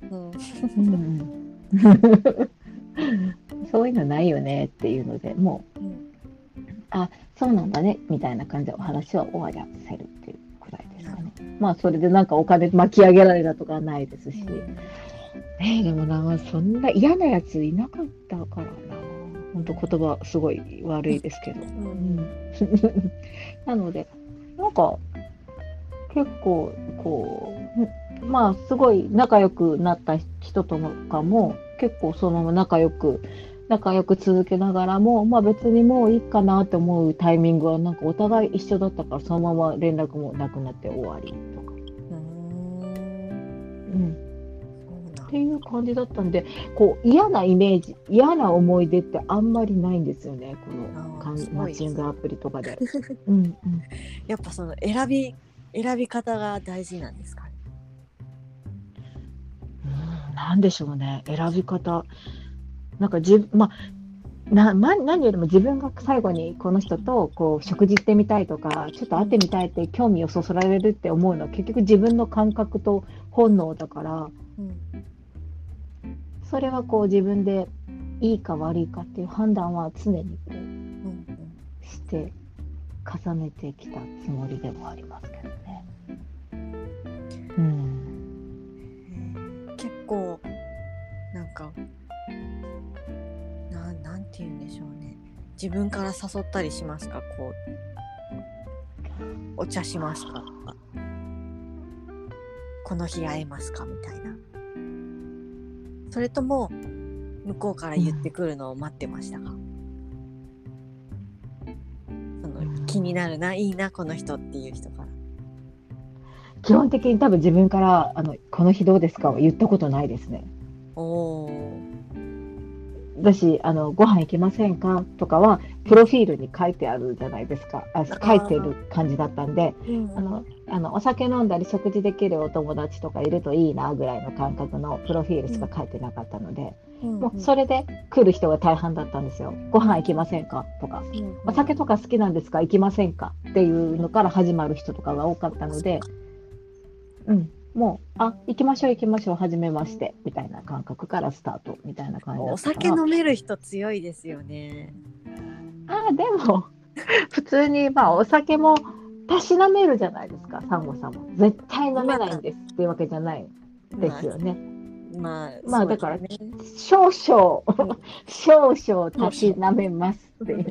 Speaker 2: そういうのないよねっていうので、もう、あ、そうなんだねみたいな感じでお話は終わらせるっていうくらいですかね。まあそれでなんかお金巻き上げられたとかはないですし、でもな、そんな嫌なやついなかったからな。本当言葉すごい悪いですけど、なのでなんか結構こうまあすごい仲良くなった人とかも結構そのまま仲良く続けながらも、まあ別にもういいかなって思うタイミングはなんかお互い一緒だったから、そのまま連絡もなくなって終わりとか、っていう感じだったんで、こう嫌なイメージ、嫌な思い出ってあんまりないんですよね、このマッチングアプリとかで。
Speaker 1: やっぱその選び方が大事なんですかね。
Speaker 2: なんでしょうね、選び方。なんか何よりも自分が最後にこの人とこう食事してみたいとか、ちょっと会ってみたいって興味をそそられるって思うのは結局自分の感覚と本能だから、それはこう自分でいいか悪いかっていう判断は常にこうして重ねてきたつもりでもありますけどね。
Speaker 1: 結構なんかなんて言うんでしょうね。自分から誘ったりしますか？こうお茶しますか？この日会えますか？みたいな。それとも向こうから言ってくるのを待ってましたか？その気になるな、いいなこの人っていう人から。
Speaker 2: 基本的に多分自分からこの日どうですかは言ったことないですね。だしご飯行きませんかとかはプロフィールに書いてあるじゃないですか。書いてる感じだったんで、お酒飲んだり食事できるお友達とかいるといいなぐらいの感覚のプロフィールしか書いてなかったので、もうそれで来る人が大半だったんですよ。ご飯行きませんかとか、お酒とか好きなんですか、行きませんかっていうのから始まる人とかが多かったので、もう行きましょう初めましてみたいな感覚からスタートみたいな感じだったから。
Speaker 1: お酒飲める人強いですよね。
Speaker 2: でも普通にお酒もたしなめるじゃないですか。サンゴさんも絶対飲めないんですっていうわけじゃないですよね。だから少々たしなめますっていう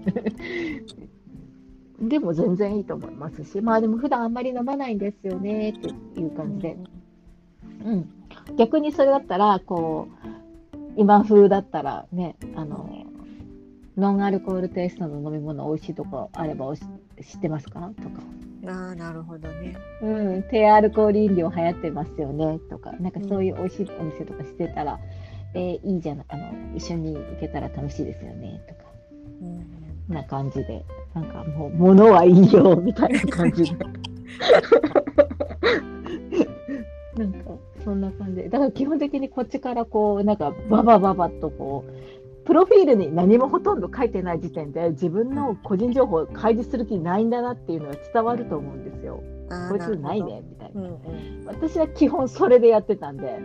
Speaker 2: でも全然いいと思いますし、でも普段あんまり飲まないんですよねっていう感じで、逆にそれだったらこう今風だったらね、ノンアルコールテイストの飲み物美味しいとこあれば知ってますかとか、
Speaker 1: なるほどね。
Speaker 2: 低アルコール飲料流行ってますよねとか、なんかそういう美味しいお店とかしてたら、いいじゃない、一緒に行けたら楽しいですよねとか、な感じで、なんかもう物はいいよみたいな感じでなんかそんな感じで、だから基本的にこっちからこうなんかババッとこうプロフィールに何もほとんど書いてない時点で自分の個人情報を開示する気ないんだなっていうのが伝わると思うんですよ。こいつないねみたいな、私は基本それでやってたんで、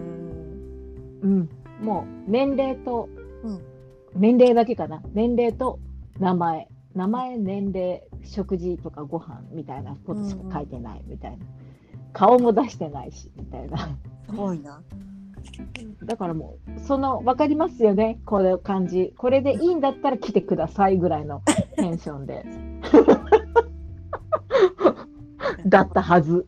Speaker 2: もう年齢だけかな、年齢と名前、年齢、食事とかご飯みたいなことしか書いてないみたいな、顔も出してないしみたいな。
Speaker 1: すごいな。
Speaker 2: だからもう分かりますよね、この感じ。これでいいんだったら来てくださいぐらいのテンションでだったはず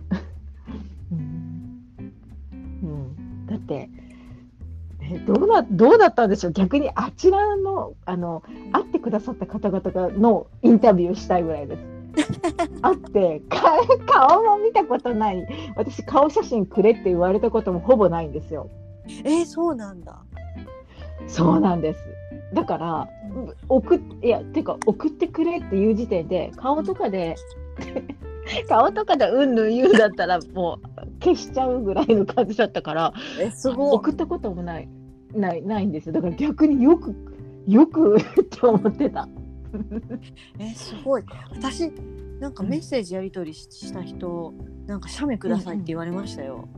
Speaker 2: だってどうだったんでしょう。逆にあちらの会ってくださった方々のインタビューしたいぐらいです会って顔も見たことない。私顔写真くれって言われたこともほぼないんですよ。
Speaker 1: そうなんだ。
Speaker 2: そうなんです。だから送ってくれっていう時点で顔とかでうんぬん言うんだったらもう消しちゃうぐらいの感じだったから、
Speaker 1: すごい。
Speaker 2: 送ったこともないんですよ。だから逆によくって思ってた。
Speaker 1: すごい。私なんかメッセージやり取りした人、なんか写メくださいって言われましたよ。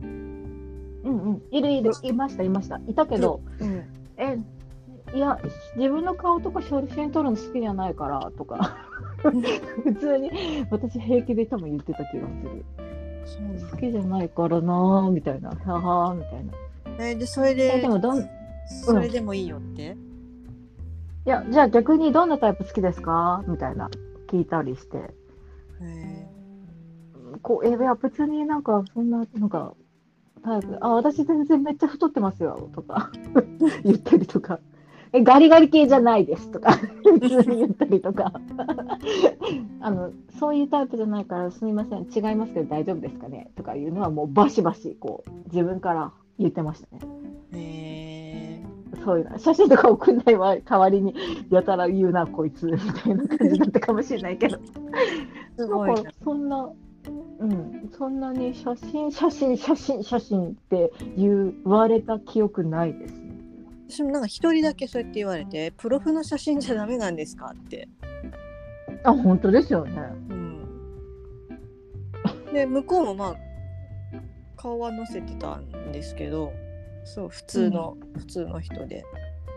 Speaker 2: いましたいたけど、いや自分の顔とか写真撮るの好きじゃないからとか普通に私平気で多分言ってた気がする。好きじゃないからなみたいな、ははみたいな。
Speaker 1: でそれで
Speaker 2: でも
Speaker 1: それでもいいよって、
Speaker 2: いやじゃあ逆にどんなタイプ好きですかみたいな聞いたりして、こういや別になんかそんななんかタイプ、私全然めっちゃ太ってますよとか言ったりとか、ガリガリ系じゃないですとか普通に言ったりとかそういうタイプじゃないからすみません違いますけど大丈夫ですかねとかいうのはもうバシバシこう自分から言ってましたね。そういうの写真とか送んないわ代わりにやたら言うなこいつみたいな感じだったかもしれないけど
Speaker 1: すごいな。
Speaker 2: だからそんなに写真って言われた記憶ないですね。
Speaker 1: 私もなんか一人だけそうやって言われて、プロフの写真じゃダメなんですかって。
Speaker 2: 本当ですよね。
Speaker 1: で向こうもまあ顔は載せてたんですけど、そう普通の人で。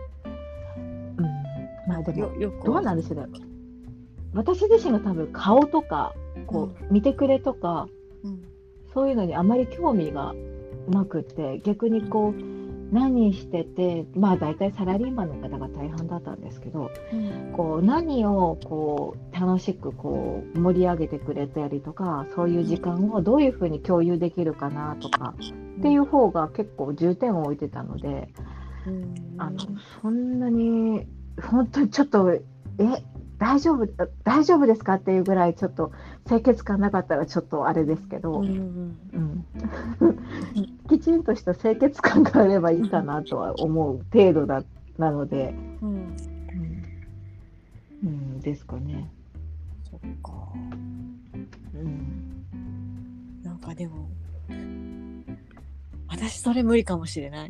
Speaker 2: まあでもどうなんでしょうね。私自身が多分顔とかこう見てくれとか、そういうのにあまり興味がなくて、逆にこう何してて、まあ大体サラリーマンの方が大半だったんですけど、こう何をこう楽しくこう盛り上げてくれたりとか、そういう時間をどういうふうに共有できるかなとかっていう方が結構重点を置いてたので、そんなに本当にちょっと大丈夫ですかっていうぐらいちょっと清潔感なかったらちょっとあれですけど、きちんとした清潔感があればいいかなとは思う程度なので、ですかね。
Speaker 1: そっか。なんかでも私それ無理かもしれない。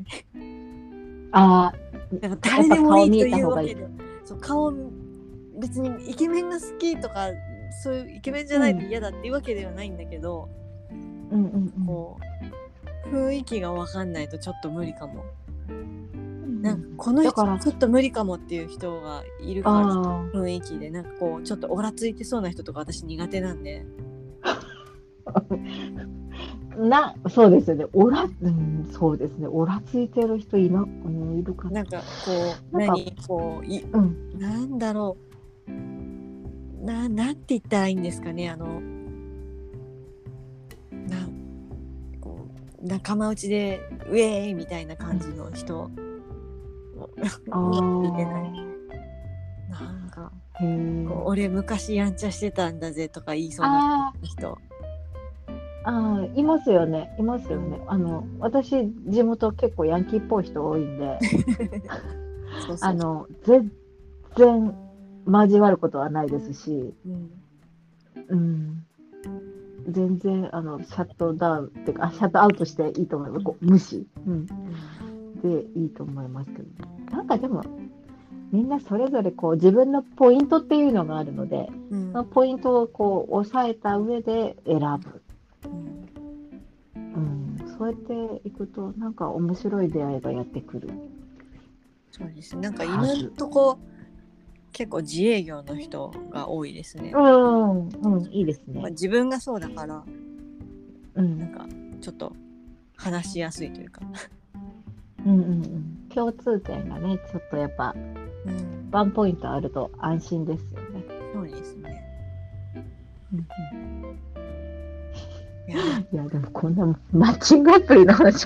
Speaker 1: なんか誰でもいいというわけで、顔別にイケメンが好きとかそういうイケメンじゃないと嫌だっていうわけではないんだけど、こう雰囲気が分かんないとちょっと無理かも。なんかこの人ちょっと無理かもっていう人がいるから雰囲気でなんかこうちょっとオラついてそうな人とか私苦手なんで。
Speaker 2: そうですよね。そうですね。オラついてる人いるかな。
Speaker 1: なんかこうなんだろう。なんて言ったらいいんですかね。こう仲間内でウェーイみたいな感じの人。なんか俺昔やんちゃしてたんだぜとか言いそうな人。
Speaker 2: いますよね。私地元結構ヤンキーっぽい人多いんで全然交わることはないですし、全然シャットダウンっていうかシャットアウトしていいと思います。無視、でいいと思いますけど、なんかでもみんなそれぞれこう自分のポイントっていうのがあるので、そのポイントをこう押さえた上で選ぶ。そうやっていくとなんか面白い出会いがやってくる。
Speaker 1: そうですね。なんか今のとこ結構自営業の人が多いですね。
Speaker 2: いいですね。
Speaker 1: 自分がそうだから、なんかちょっと話しやすいというか。
Speaker 2: 共通点がねちょっとやっぱ、ワンポイントあると安心ですよね。
Speaker 1: そうですね。
Speaker 2: いやでもこんなマッチングアプリの話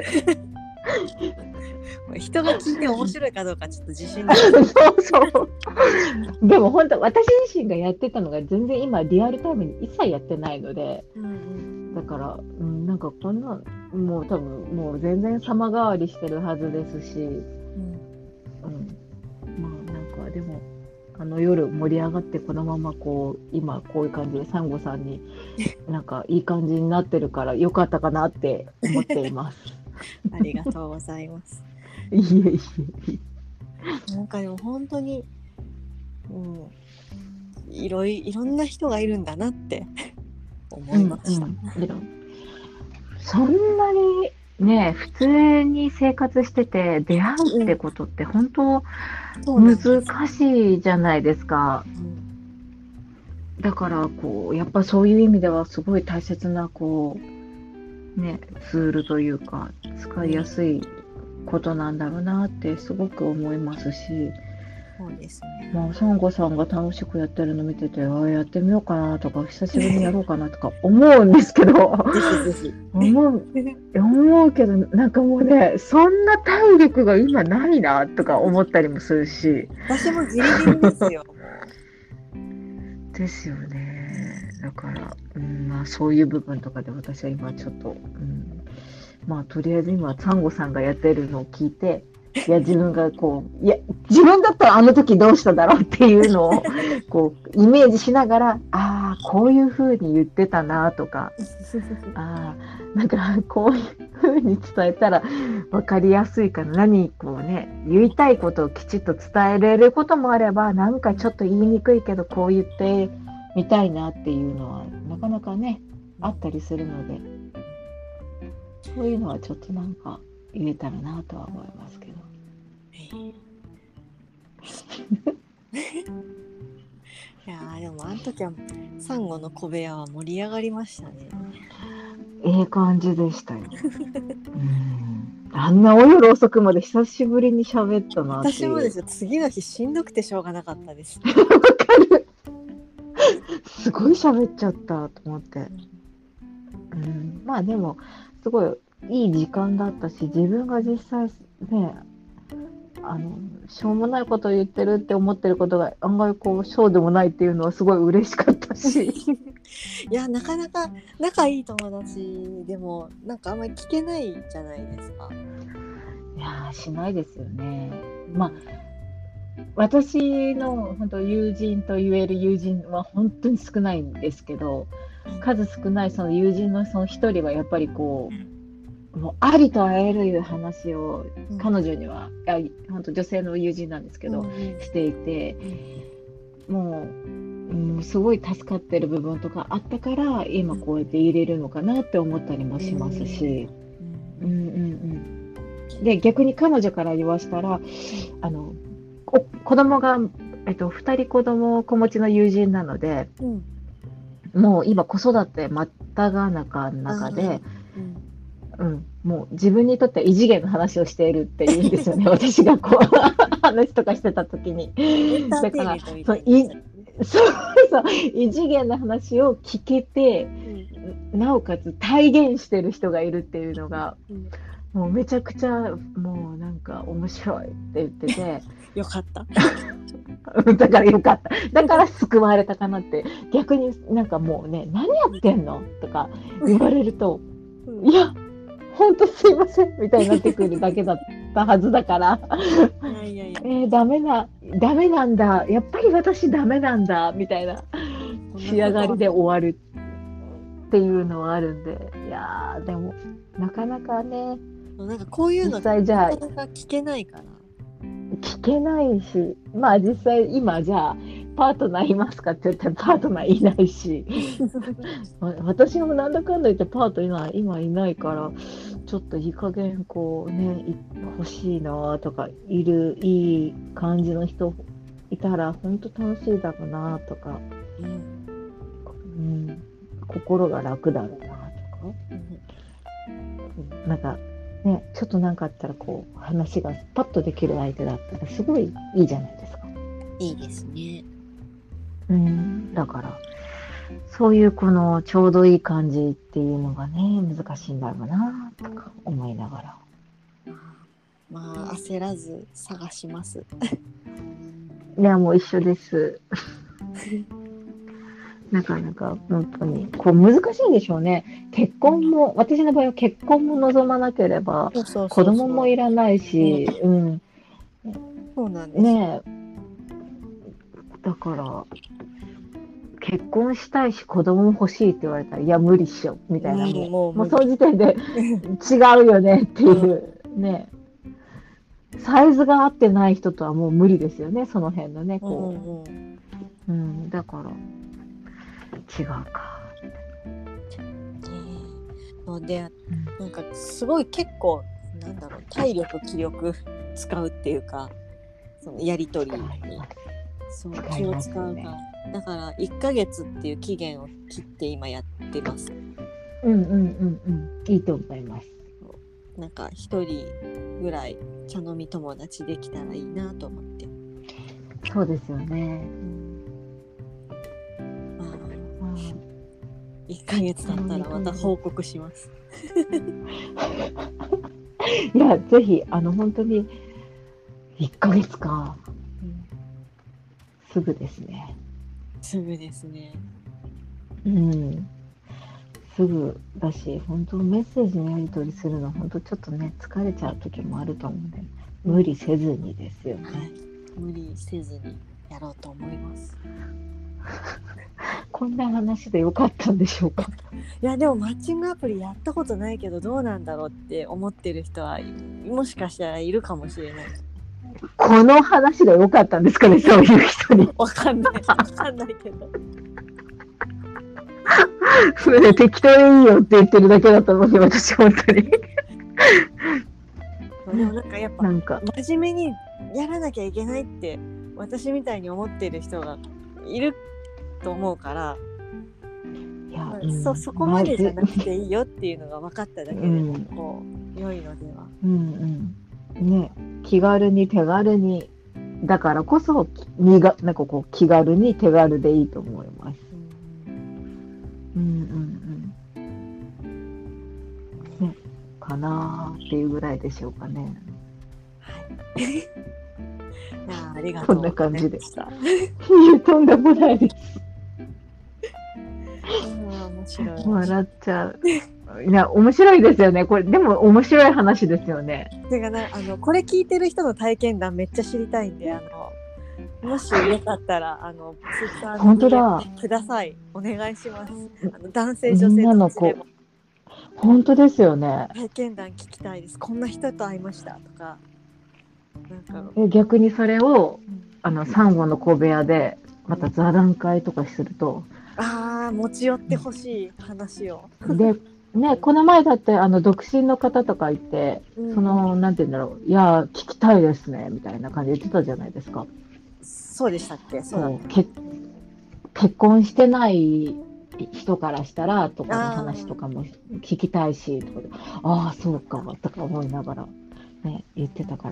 Speaker 1: 人が聞いて面白いかどうかちょっと自信ない。
Speaker 2: そうでも本当私自身がやってたのが全然今リアルタイムに一切やってないので、だから、なんかこんなもう多分もう全然様変わりしてるはずですし、まあなんかでもの夜盛り上がってこのままこう今こういう感じでサンゴさんになんかいい感じになってるからよかったかなって思っています。
Speaker 1: ありがとうございます。
Speaker 2: いえいえ。
Speaker 1: なんかでも本当に、いろんな人がいるんだなって思いました。
Speaker 2: そんなにね、普通に生活してて出会うってことって本当難しいじゃないですか。だからこうやっぱそういう意味ではすごい大切なこうねツールというか使いやすいことなんだろうなってすごく思いますし、
Speaker 1: そうですね。
Speaker 2: まあサンゴさんが楽しくやってるの見てて、やってみようかなとか久しぶりにやろうかなとか思うんですけど、
Speaker 1: ぜひぜひ
Speaker 2: 思うけどなんかもうねそんな体力が今ないなとか思ったりもするし、
Speaker 1: 私もギリギリですよ。
Speaker 2: ですよね。だから、まあそういう部分とかで私は今ちょっと、まあとりあえず今サンゴさんがやってるのを聞いて、いや自分がこう、いや自分だったらあの時どうしただろうっていうのをこうイメージしながら、ああこういう風に言ってたなとか、なんかこういう風に伝えたら分かりやすいかな、何こうね言いたいことをきちっと伝えれることもあれば、なんかちょっと言いにくいけどこう言ってみたいなっていうのはなかなかねあったりするので、そういうのはちょっとなんか言えたらなとは思いますけど。
Speaker 1: いやでもあの時はサンゴの小部屋は盛り上がりましたね。
Speaker 2: 感じでしたよ。あんなお夜遅くまで久しぶりに喋ったなっていう。
Speaker 1: 私もですよ。次の日しんどくてしょうがなかったです。
Speaker 2: わかる。すごい喋っちゃったと思って。まあでもすごいいい時間だったし、自分が実際ねしょうもないことを言ってるって思ってることが案外こうそうでもないっていうのはすごい嬉しかったしい
Speaker 1: やなかなか仲いい友達でもなんかあんまり聞けないじゃないですか。
Speaker 2: いやしないですよね。まあ私の本当友人と言える友人は本当に少ないんですけど、数少ないその友人のその一人はやっぱりこう、もうありとあらゆる話を彼女には、本当女性の友人なんですけど、していて、もう、すごい助かってる部分とかあったから今こうやって入れるのかなって思ったりもしますし、で逆に彼女から言わしたら子供が、2人子供を子持ちの友人なので、もう今子育て真っただ中の中で、もう自分にとって異次元の話をしているっていうんですよね私がこう話とかしてた時に。だからそう異次元の話を聞けて、なおかつ体現してる人がいるっていうのが、もうめちゃくちゃもうなんか面白いって言ってて
Speaker 1: よかった
Speaker 2: だからよかった、だから救われたかなって。逆になんかもうね何やってんのとか言われるといや本当すいませんみたいになってくるだけだったはずだからダメなんだ、やっぱり私ダメなんだみたいな仕上がりで終わるっていうのはあるんで、いやでもなかなかね、
Speaker 1: なんかこういうの
Speaker 2: 実際じゃあ
Speaker 1: 聞けないから
Speaker 2: 聞けないし、まあ実際今じゃあパートナーいますかって言ったらパートナーいないし私もなんだかんだ言ってパートナー今いないから、ちょっといい加減こうね欲しいなとか、いい感じの人いたら本当楽しいだろうなとか、心が楽だろうなとか、なんかね、ちょっとなんかあったらこう話がパッとできる相手だったらすごいいいじゃないですか。
Speaker 1: いいですね。
Speaker 2: だからそういうこのちょうどいい感じっていうのがね難しいんだろうなとか思いながら、
Speaker 1: まあ焦らず探します
Speaker 2: いやもう一緒ですなかなか本当にこう難しいんでしょうね。結婚も、私の場合は結婚も望まなければ子供もいらないし、
Speaker 1: そうなんです
Speaker 2: ねだから結婚したいし子供も欲しいって言われたらいや無理っしょみたいな、もうその時点で違うよねっていうね、サイズが合ってない人とはもう無理ですよね、その辺のねこう、だから違うか
Speaker 1: ので、なんかすごい結構なんだろう、体力気力使うっていうか、そのやり取りにそう気を使うから、だから1ヶ月っていう期限を切って今やってます。
Speaker 2: いいと思います。
Speaker 1: なんか一人ぐらい茶飲み友達できたらいいなと思って。
Speaker 2: そうですよね。
Speaker 1: 1ヶ月経ったらまた報告します。
Speaker 2: いやぜひ本当に1ヶ月か、すぐですね。
Speaker 1: すぐですね。
Speaker 2: すぐだし、本当メッセージのやり取りするの本当ちょっとね疲れちゃう時もあると思うんで、無理せずにですよね。
Speaker 1: 無理せずにやろうと思います。
Speaker 2: こんな話でよかったんでしょうか。
Speaker 1: いやでもマッチングアプリやったことないけどどうなんだろうって思ってる人はもしかしたらいるかもしれない。
Speaker 2: この話でよかったんですかね、そういう人に。
Speaker 1: わかんないけど。
Speaker 2: それで適当にいいよって言ってるだけだと思うよ、私本当に。
Speaker 1: でもなんかやっぱ真面目にやらなきゃいけないって私みたいに思ってる人がいると思うから、いや、そこまでじゃなくていいよっていうのが分かっただけでもこう良いのでは。
Speaker 2: ね、気軽に手軽にだからこそなんかこう気軽に手軽でいいと思います。ね、かなーっていうぐらいでしょうかね。
Speaker 1: はい。ありがとうございました。
Speaker 2: そんな感じでした。とんでもないです。
Speaker 1: 面白い。
Speaker 2: 笑っちゃう。いや面白いですよね。これでも面白い話ですよね。
Speaker 1: てかね、これ聞いてる人の体験談めっちゃ知りたいんで、もしよかったらツイッターにください。お願いします。男性女性どっちでも。
Speaker 2: 本当ですよね。
Speaker 1: 体験談聞きたいです。こんな人と会いましたとか。なんか
Speaker 2: 逆にそれをサンゴの小部屋でまた座談会とかすると、
Speaker 1: 持ち寄ってほしい話を。
Speaker 2: でね、この前だって独身の方とかいて、なんて言うんだろう、いや聞きたいですねみたいな感じで言ってたじゃないですか。
Speaker 1: そうでしたっけ？そう
Speaker 2: 結婚してない人からしたらとかの話とかも聞きたいしとかで、そうかとか思いながら、ね、言ってたから、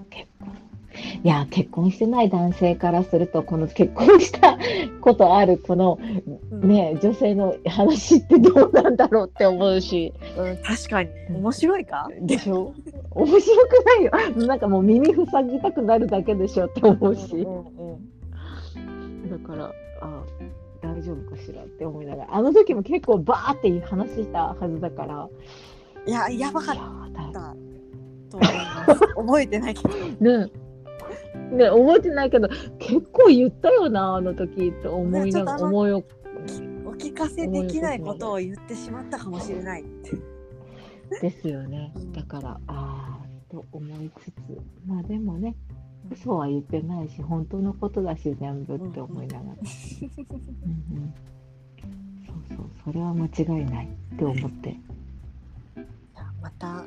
Speaker 2: 結婚してない男性からするとこの結婚したことあるこの、女性の話ってどうなんだろうって思うし、
Speaker 1: 確かに面白いか
Speaker 2: でしょ。面白くないよ。なんかもう耳塞ぎたくなるだけでしょって思うし、だから大丈夫かしらって思いながら、あの時も結構バーって話したはずだから、
Speaker 1: やばかったと思います。覚えてないけど
Speaker 2: ね、覚えてないけど結構言ったよなあの時って思いながら、お
Speaker 1: 聞かせできないことを言ってしまったかもしれない
Speaker 2: ですよね。だからと思いつつ、でもね、嘘は言ってないし本当のことだし全部って思いながら、それは間違いないって思って、
Speaker 1: また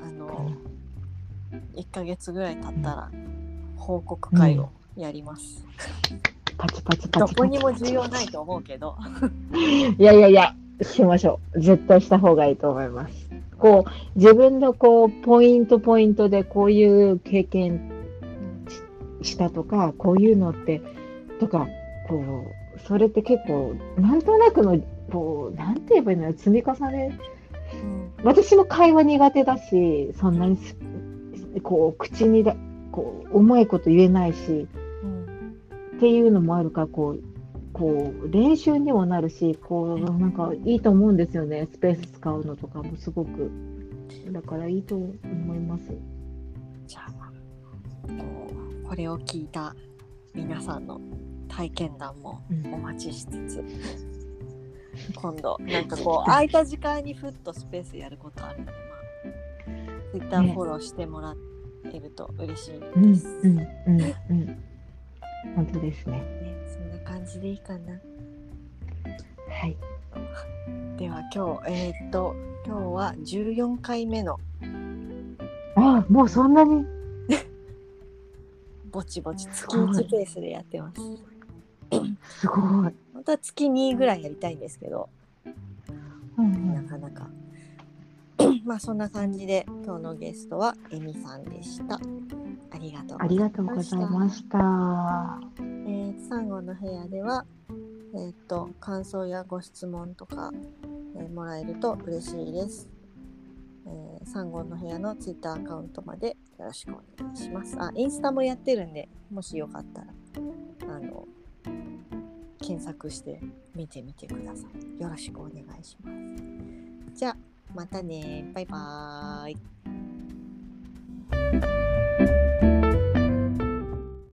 Speaker 1: 1ヶ月ぐらい経ったら報告会をやります。
Speaker 2: パチパチ
Speaker 1: どこにも重要ないと思うけど
Speaker 2: いやしましょう。絶対した方がいいと思います。こう自分のこうポイントでこういう経験したとか、こういうのってとか、こうそれって結構なんとなくのこうなんて言えばいいの、積み重ね、私も会話苦手だし、そんなにこう口にこううまいこと言えないし、っていうのもあるから、こう練習にもなるし、なんかいいと思うんですよね。スペース使うのとかもすごく、だからいいと思います。
Speaker 1: じゃあこれを聞いた皆さんの体験談も
Speaker 2: うん
Speaker 1: お待ちしつつ、今度なんかこう空いた時間にふっとスペースやることあるので、Twitter フォローしてもらえると嬉しいです。
Speaker 2: 本当ですね。
Speaker 1: ね、そんな感じでいいかな。
Speaker 2: はい。
Speaker 1: では今日は14回目の
Speaker 2: あ、もうそんなに。
Speaker 1: ぼちぼち月1ペースでやってます。
Speaker 2: すごい。
Speaker 1: 本当は月2ぐらいやりたいんですけど、なかなかまあそんな感じで今日のゲストはエミさんでした。ありがとうございました。
Speaker 2: ありがとうございました。
Speaker 1: サンゴの部屋では、感想やご質問とか、もらえると嬉しいです。サンゴの部屋のツイッターアカウントまでよろしくお願いします。インスタもやってるんで、もしよかったら検索して見てみてください。よろしくお願いします。じゃあまたね、バイバーイ。